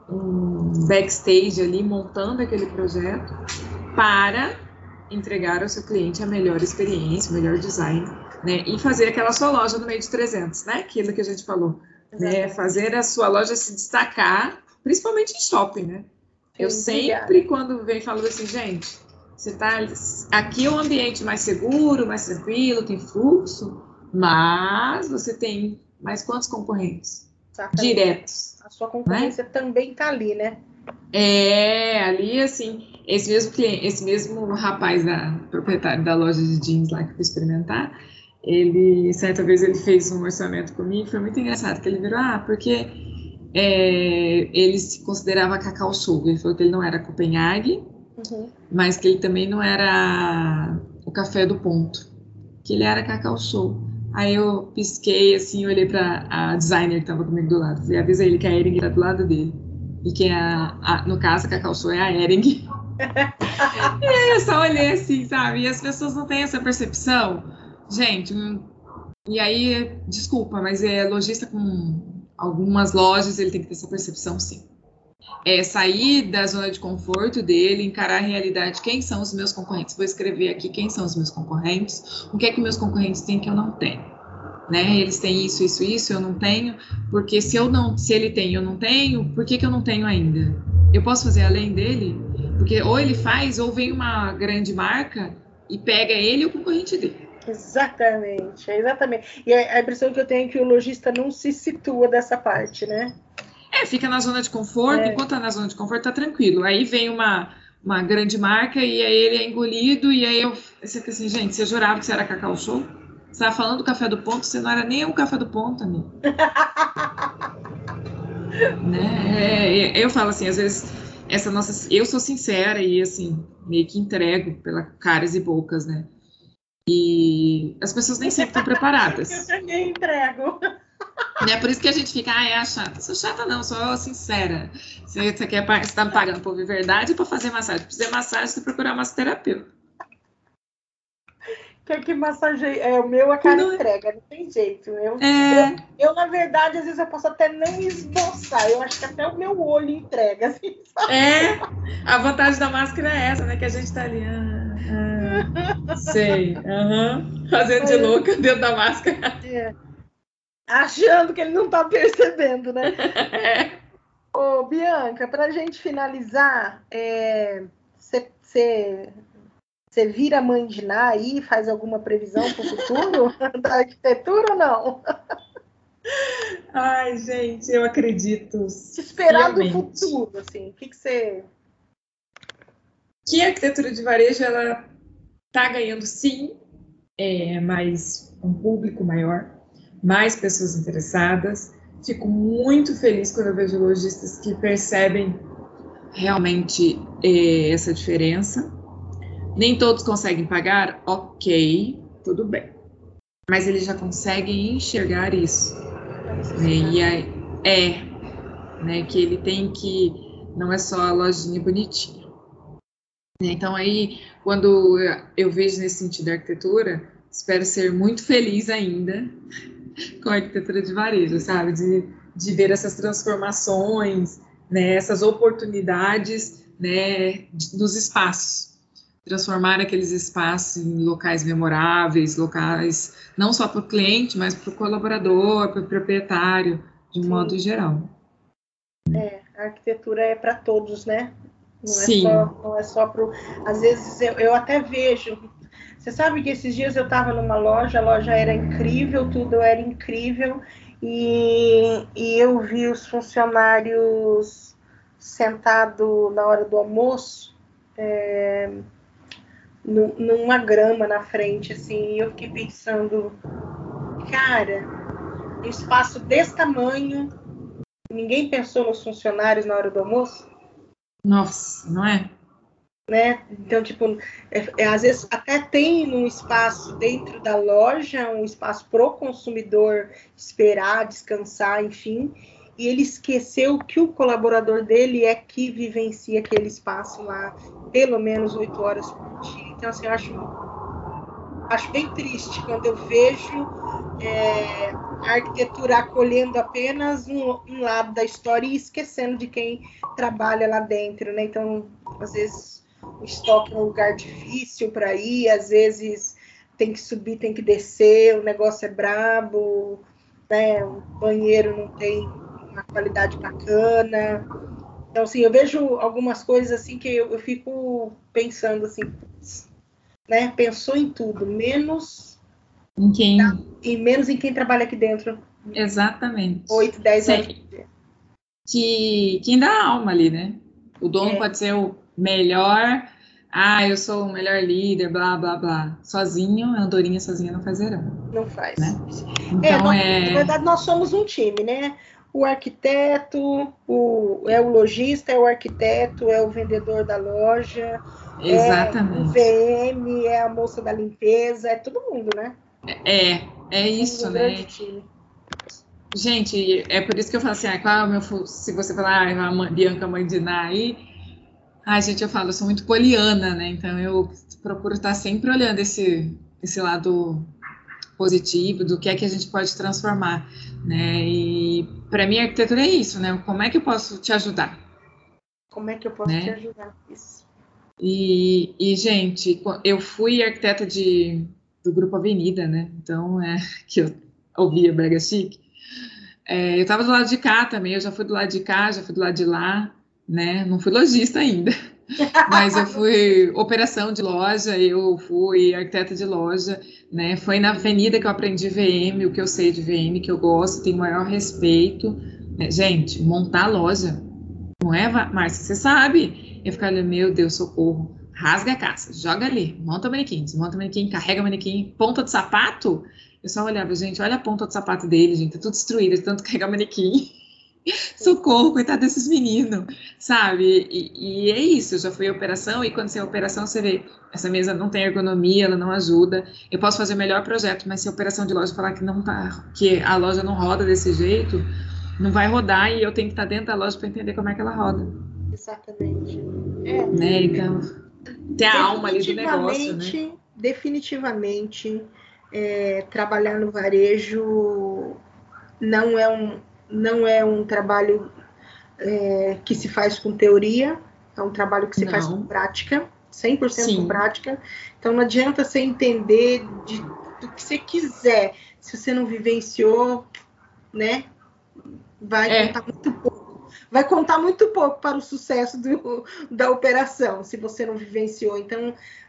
um backstage ali, montando aquele projeto para entregar ao seu cliente a melhor experiência, o melhor design, né? E fazer aquela sua loja no meio de trezentos, né? Aquilo que a gente falou, né? Fazer a sua loja se destacar, principalmente em shopping, né? Sim, eu sempre, obrigada. Quando vem falando assim, gente, você tá aqui é um ambiente mais seguro, mais tranquilo, tem fluxo, mas você tem mais quantos concorrentes? Exatamente. Diretos. A sua concorrência, né? Também tá ali, né? É, ali assim, esse mesmo cliente, esse mesmo rapaz da proprietário da loja de jeans lá que eu fui experimentar, ele, certa vez ele fez um orçamento comigo, foi muito engraçado, que ele virou, ah, porque é, ele se considerava Cacau Show, ele falou que ele não era Copenhague, uhum. Mas que ele também não era o Café do Ponto, que ele era Cacau Show. Aí eu pisquei assim, olhei para a designer que estava comigo do lado, falei, avisa ele que a Ering está do lado dele. E que a, a, no caso a Cacau Show é a Ering. E aí eu só olhei assim, sabe? E as pessoas não têm essa percepção. Gente, um, e aí, desculpa, mas é lojista com algumas lojas, ele tem que ter essa percepção, sim. É sair da zona de conforto dele, encarar a realidade, quem são os meus concorrentes. Vou escrever aqui quem são os meus concorrentes, o que é que meus concorrentes têm que eu não tenho. Né? Eles têm isso, isso, isso, eu não tenho, porque se eu não, se ele tem, eu não tenho, por que que eu não tenho ainda? Eu posso fazer além dele? Porque ou ele faz, ou vem uma grande marca e pega ele e o concorrente dele. Exatamente, exatamente. E a impressão que eu tenho é que o lojista não se situa dessa parte, né? É, fica na zona de conforto, é. Enquanto tá na zona de conforto, tá tranquilo. Aí vem uma, uma grande marca e aí ele é engolido, e aí eu você fica assim, gente, você jurava que você era Cacau Show? Você estava falando do Café do Ponto, você não era nem o Café do Ponto, amigo. Né? É, eu falo assim, às vezes, essa nossa, eu sou sincera e assim, meio que entrego pela caras e bocas, né? E as pessoas nem sempre estão preparadas. Eu também entrego. É por isso que a gente fica, ah, é a chata. Sou chata não, sou sincera. Você, você, quer, você tá me pagando por ouvir verdade ou para fazer massagem? Para fazer massagem, você procura um massoterapeuta. Que que massageia? É, o meu a cara não entrega, não tem jeito. Eu, é... eu, eu, na verdade, às vezes eu posso até nem esboçar. Eu acho que até o meu olho entrega. Assim, sabe? É, a vantagem da máscara é essa, né? Que a gente tá ali. Ah, ah, sei. Uhum. Fazendo de louca dentro da máscara. É. Achando que ele não tá percebendo, né? É. Ô, Bianca, pra gente finalizar, você. É, Você vira mãe de Ná aí, faz alguma previsão para o futuro da arquitetura ou não? Ai, gente, eu acredito. Se esperar do futuro, assim, o que, que você... Que a arquitetura de varejo, ela tá ganhando, sim, é, mais um público maior, mais pessoas interessadas. Fico muito feliz quando eu vejo lojistas que percebem realmente é, essa diferença. Nem todos conseguem pagar? Ok, tudo bem. Mas eles já conseguem enxergar isso. Né? E aí, é, né, que ele tem que... Não é só a lojinha bonitinha. Então aí, quando eu vejo nesse sentido da arquitetura, espero ser muito feliz ainda com a arquitetura de varejo, sabe? De, de ver essas transformações, né, essas oportunidades, né, nos espaços. Transformar aqueles espaços em locais memoráveis, locais não só para o cliente, mas para o colaborador, para o proprietário, de um Sim. modo geral. É, a arquitetura é para todos, né? Não Sim. É só, não é só para o... Às vezes eu, eu até vejo... Você sabe que esses dias eu estava numa loja, a loja era incrível, tudo era incrível, e, e eu vi os funcionários sentados na hora do almoço, é, numa grama na frente, assim, e eu fiquei pensando, cara, um espaço desse tamanho, ninguém pensou nos funcionários na hora do almoço? Nossa, não é? Né? Então, tipo, é, é, às vezes até tem um espaço dentro da loja, um espaço pro consumidor esperar, descansar, enfim, e ele esqueceu que o colaborador dele é que vivencia aquele espaço lá, pelo menos oito horas por dia. Então, assim, eu acho acho bem triste quando eu vejo é, a arquitetura acolhendo apenas um, um lado da história e esquecendo de quem trabalha lá dentro, né? Então, às vezes, o estoque é um lugar difícil para ir, às vezes tem que subir, tem que descer, o negócio é brabo, né? O banheiro não tem uma qualidade bacana. Então, assim, eu vejo algumas coisas assim que eu, eu fico pensando assim, né? Pensou em tudo, menos em quem? Tá? E menos em quem trabalha aqui dentro. Exatamente. oito, dez horas por dia. Que quem dá alma ali, né? O dono É. pode ser o melhor, ah, eu sou o melhor líder, blá, blá, blá. Sozinho, a andorinha sozinha não faz verão. Não faz. Né? É, Então, nós, é... na verdade, nós somos um time, né? O arquiteto, o, é o lojista, é o arquiteto, é o vendedor da loja, Exatamente. é o V M, é a moça da limpeza, é todo mundo, né? É, é isso, um né? grande time. Gente, é por isso que eu falo assim, ah, qual é o meu, se você falar, ah, a Bianca Mãe de Ná aí, ai, gente, eu falo, eu sou muito poliana, né? Então eu procuro estar sempre olhando esse, esse lado positivo, do que é que a gente pode transformar, né? E para mim a arquitetura é isso, né? Como é que eu posso te ajudar? Como é que eu posso né? te ajudar? Isso. E, e, gente, eu fui arquiteta de, do Grupo Avenida, né? Então, é que eu ouvia Brega Chique. É, eu estava do lado de cá também, eu já fui do lado de cá, já fui do lado de lá, né? Não fui lojista ainda, mas eu fui operação de loja, eu fui arquiteta de loja, né? Foi na Avenida que eu aprendi V M, o que eu sei de V M, que eu gosto, tenho o maior respeito. Né? Gente, montar loja, não é, Márcia? Você sabe? Eu ficava, meu Deus, socorro. Rasga a caça, joga ali, monta o manequim, desmonta o manequim, carrega o manequim, ponta de sapato. Eu só olhava, gente, olha a ponta do sapato dele, gente, tá tudo destruído, de tanto carregar o manequim. Socorro, coitado desses meninos, sabe? E, e é isso, eu já fui a operação, e quando você é a operação, você vê, essa mesa não tem ergonomia, ela não ajuda. Eu posso fazer o melhor projeto, mas se a operação de loja falar que não tá, que a loja não roda desse jeito, não vai rodar, e eu tenho que estar dentro da loja para entender como é que ela roda. Exatamente. É. Né? Então, tem a alma ali do negócio, né? Definitivamente, é, trabalhar no varejo não é um, não é um trabalho é, que se faz com teoria, é um trabalho que se não. faz com prática, cem por cento Sim. com prática. Então, não adianta você entender de, do que você quiser. Se você não vivenciou, né, vai é. contar muito pouco. Vai contar muito pouco para o sucesso do, da operação, se você não vivenciou. Então,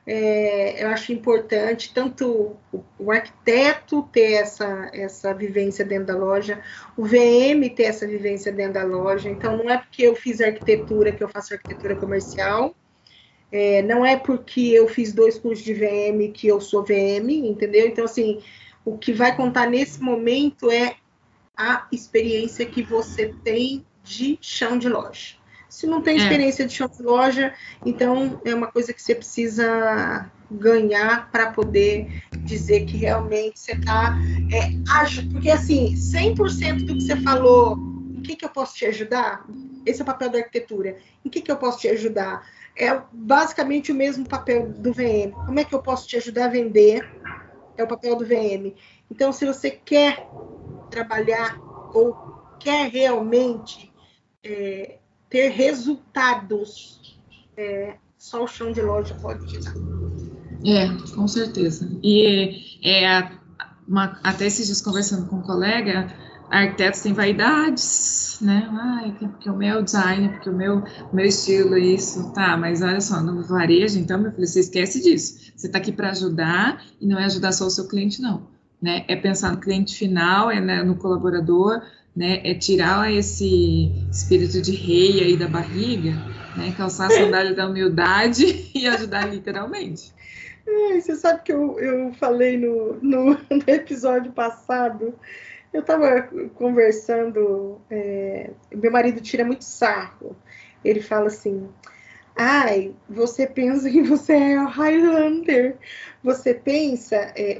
é, eu acho importante tanto o, o arquiteto ter essa, essa vivência dentro da loja, o V M ter essa vivência dentro da loja. Então, não é porque eu fiz arquitetura que eu faço arquitetura comercial, é, não é porque eu fiz dois cursos de V M que eu sou V M, entendeu? Então, assim, o que vai contar nesse momento é a experiência que você tem de chão de loja. Se não tem experiência é. de chão de loja, então é uma coisa que você precisa ganhar para poder dizer que realmente você está... É, porque, assim, cem por cento do que você falou, em que, que eu posso te ajudar? Esse é o papel da arquitetura. Em que, que eu posso te ajudar? É basicamente o mesmo papel do V M. Como é que eu posso te ajudar a vender? É o papel do V M. Então, se você quer trabalhar ou quer realmente é, ter resultados, é, só o chão de loja pode te dar. É, com certeza. E é, uma, até esses dias conversando com um colega, arquitetos têm vaidades, né? Ai, porque o meu design, porque o meu, meu estilo é isso. Tá, mas olha só, no varejo, então, meu filho, você esquece disso. Você está aqui para ajudar e não é ajudar só o seu cliente, não. Né? É pensar no cliente final, é né, no colaborador, né? É tirar esse espírito de rei aí da barriga, né? Calçar a sandália da humildade e ajudar literalmente. Ai, você sabe que eu, eu falei no, no, no episódio passado, eu estava conversando, é, meu marido tira muito sarro, ele fala assim, ai, você pensa que você é o Highlander, você pensa, é,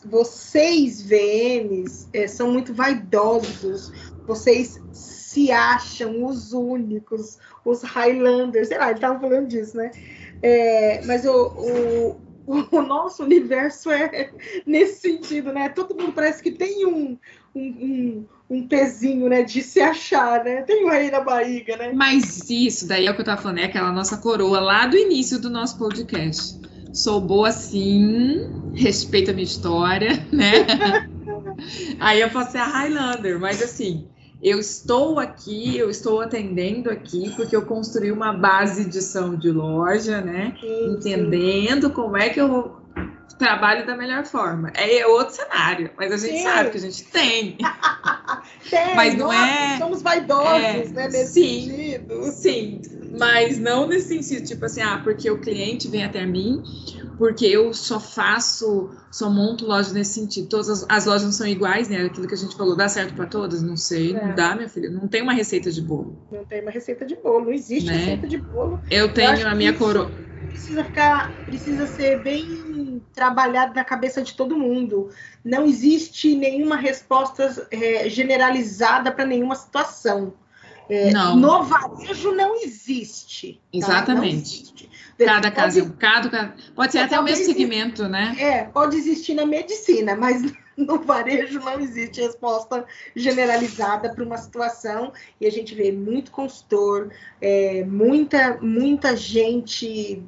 vocês V Ms é, são muito vaidosos, vocês se acham os únicos, os Highlanders, sei lá, ele estava falando disso, né? É, mas o, o, o nosso universo é nesse sentido, né? Todo mundo parece que tem um, um, um, um pezinho, né? De se achar, né? Tem um rei na barriga, né? Mas isso daí é o que eu tava falando, é aquela nossa coroa lá do início do nosso podcast. Sou boa sim, respeito a minha história, né? Aí eu posso ser a Highlander, mas assim, eu estou aqui, eu estou atendendo aqui porque eu construí uma base de ação de loja, né? Sim, entendendo sim. como é que eu trabalho da melhor forma. É outro cenário, mas a gente sim. sabe que a gente tem. tem, mas não nossa, é. Somos vaidosos, é, né? Nesse sim, sentido. Sim, mas não nesse sentido, tipo assim, ah, porque o cliente vem até mim, porque eu só faço, só monto loja nesse sentido. Todas as, as lojas não são iguais, né? Aquilo que a gente falou, dá certo para todas? Não sei, é. não dá, minha filha. Não tem uma receita de bolo. Não tem uma receita de bolo, não existe né? receita de bolo. Eu tenho eu a minha coroa. Precisa ficar, precisa ser bem trabalhado na cabeça de todo mundo. Não existe nenhuma resposta é, generalizada para nenhuma situação. É, não. No varejo não existe. Exatamente. Tá? Não existe. Cada caso é um caso, pode ser até o mesmo segmento, né? É, pode existir na medicina, mas no varejo não existe resposta generalizada para uma situação. E a gente vê muito consultor, é, muita, muita gente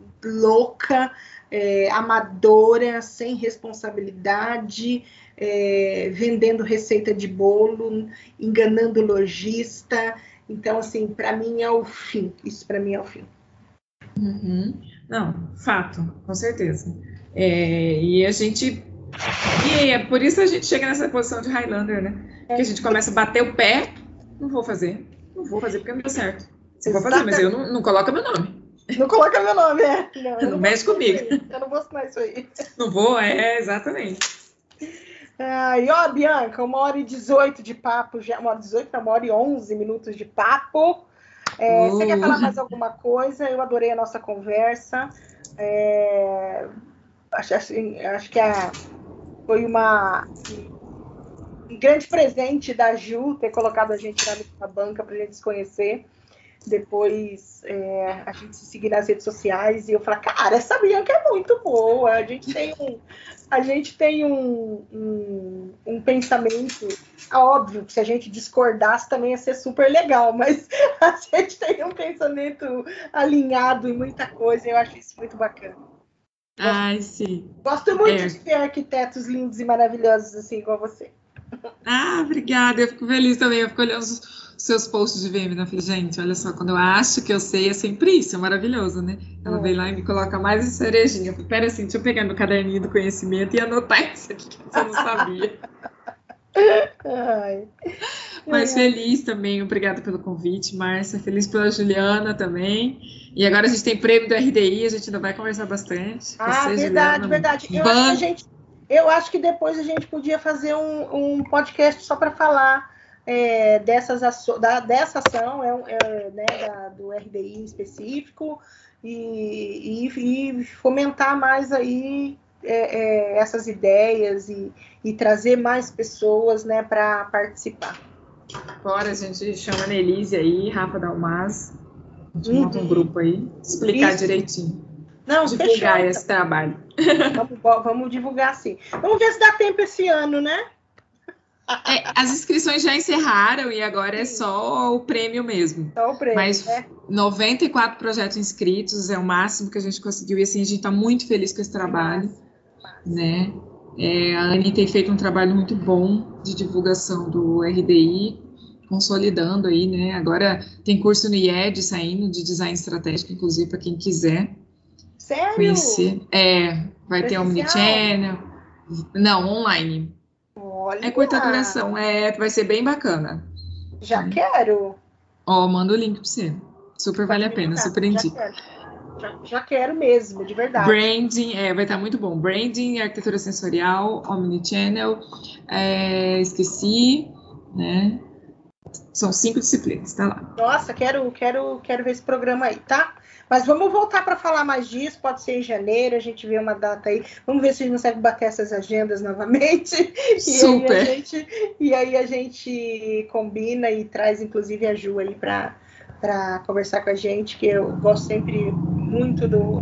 louca, é, amadora, sem responsabilidade, é, vendendo receita de bolo, enganando o lojista. Então, assim, para mim é o fim. Isso para mim é o fim. Uhum. Não, fato, com certeza. É, e a gente... E é por isso a gente chega nessa posição de Highlander, né? Que a gente começa a bater o pé. Não vou fazer. Não vou fazer porque não deu certo. Eu vou fazer, mas eu não, não coloca meu nome. Não coloca meu nome, é. Não, não, não mexe comigo. Eu não vou assinar isso aí. Não vou, é, exatamente. Ah, e ó, Bianca, uma hora e dezoito de papo, já, uma hora e dezoito, uma hora e onze minutos de papo. É, uh. Você quer falar mais alguma coisa? Eu adorei a nossa conversa. É, acho, assim, acho que a, foi uma, um grande presente da Ju ter colocado a gente lá na banca para a gente se conhecer. Depois é, a gente se seguir nas redes sociais e eu falar, cara, essa Bianca é muito boa. A gente tem um, a gente tem um, um, um pensamento, óbvio que se a gente discordasse também ia ser super legal, mas a gente tem um pensamento alinhado em muita coisa e eu acho isso muito bacana. Ai, gosto, sim. Gosto muito é. de ter arquitetos lindos e maravilhosos assim igual você. Ah, obrigada. Eu fico feliz também. Eu fico olhando os seus posts de V M, né? Eu falei, gente, olha só, quando eu acho que eu sei, é sempre isso, é maravilhoso, né? Ela é. vem lá e me coloca mais essa cerejinha. Eu falei, pera assim, deixa eu pegar meu caderninho do conhecimento e anotar isso aqui que você não sabia. Ai. Mas feliz também, obrigada pelo convite, Márcia. Feliz pela Juliana também. E agora a gente tem prêmio do R D I, a gente ainda vai conversar bastante. Ah, você, verdade, Juliana, verdade. Eu acho, que a gente, eu acho que depois a gente podia fazer um, um podcast só para falar é, dessas aço, da, dessa ação, é, é, né, da, do R D I em específico, e, e, e fomentar mais aí é, é, essas ideias e, e trazer mais pessoas, né, para participar. Bora, a gente chama a Nelise aí, Rafa Dalmas, a gente uhum. monta um grupo aí, explicar Isso. direitinho. Não, divulgar fechou, esse trabalho. Vamos, vamos divulgar sim. Vamos ver se dá tempo esse ano, né? É, as inscrições já encerraram e agora sim. é só o prêmio mesmo. Só o prêmio, Mas né? noventa e quatro projetos inscritos é o máximo que a gente conseguiu e assim, a gente está muito feliz com esse trabalho. Né? É, a Anne tem feito um trabalho muito bom de divulgação do R D I, consolidando aí, né? Agora tem curso no I E D saindo de design estratégico, inclusive para quem quiser. Sério? Conhecer. É, vai Presencial? ter Omnichannel. Não, online. Olha. É curta duração, é, vai ser bem bacana. Já hum. quero. Ó, manda o link para você. Super vale a pena, super indico. Já, já, já quero mesmo, de verdade. Branding, é, vai estar muito bom. Branding, arquitetura sensorial, Omnichannel, é, esqueci, né? São cinco disciplinas, tá lá. Nossa, quero, quero, quero ver esse programa aí, tá? Mas vamos voltar para falar mais disso, pode ser em janeiro, a gente vê uma data aí. Vamos ver se a gente consegue bater essas agendas novamente. Super! E aí a gente, e aí a gente combina e traz, inclusive, a Ju aí para conversar com a gente, que eu gosto sempre muito do,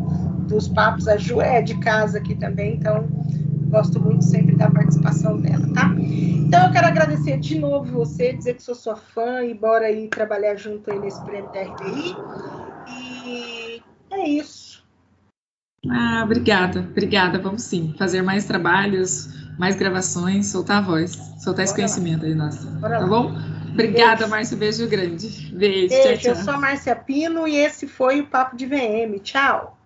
dos papos. A Ju é de casa aqui também, então gosto muito sempre da participação dela, tá? Então eu quero agradecer de novo você, dizer que sou sua fã e bora aí trabalhar junto aí nesse prêmio da R T I. E é isso. Ah, obrigada, obrigada. Vamos sim fazer mais trabalhos, mais gravações, soltar a voz, soltar esse conhecimento aí, nossa. Tá bom? Obrigada, Márcia. Beijo grande. Beijo, Beijo, tchau, tchau. Eu sou a Márcia Pino e esse foi o Papo de V M. Tchau.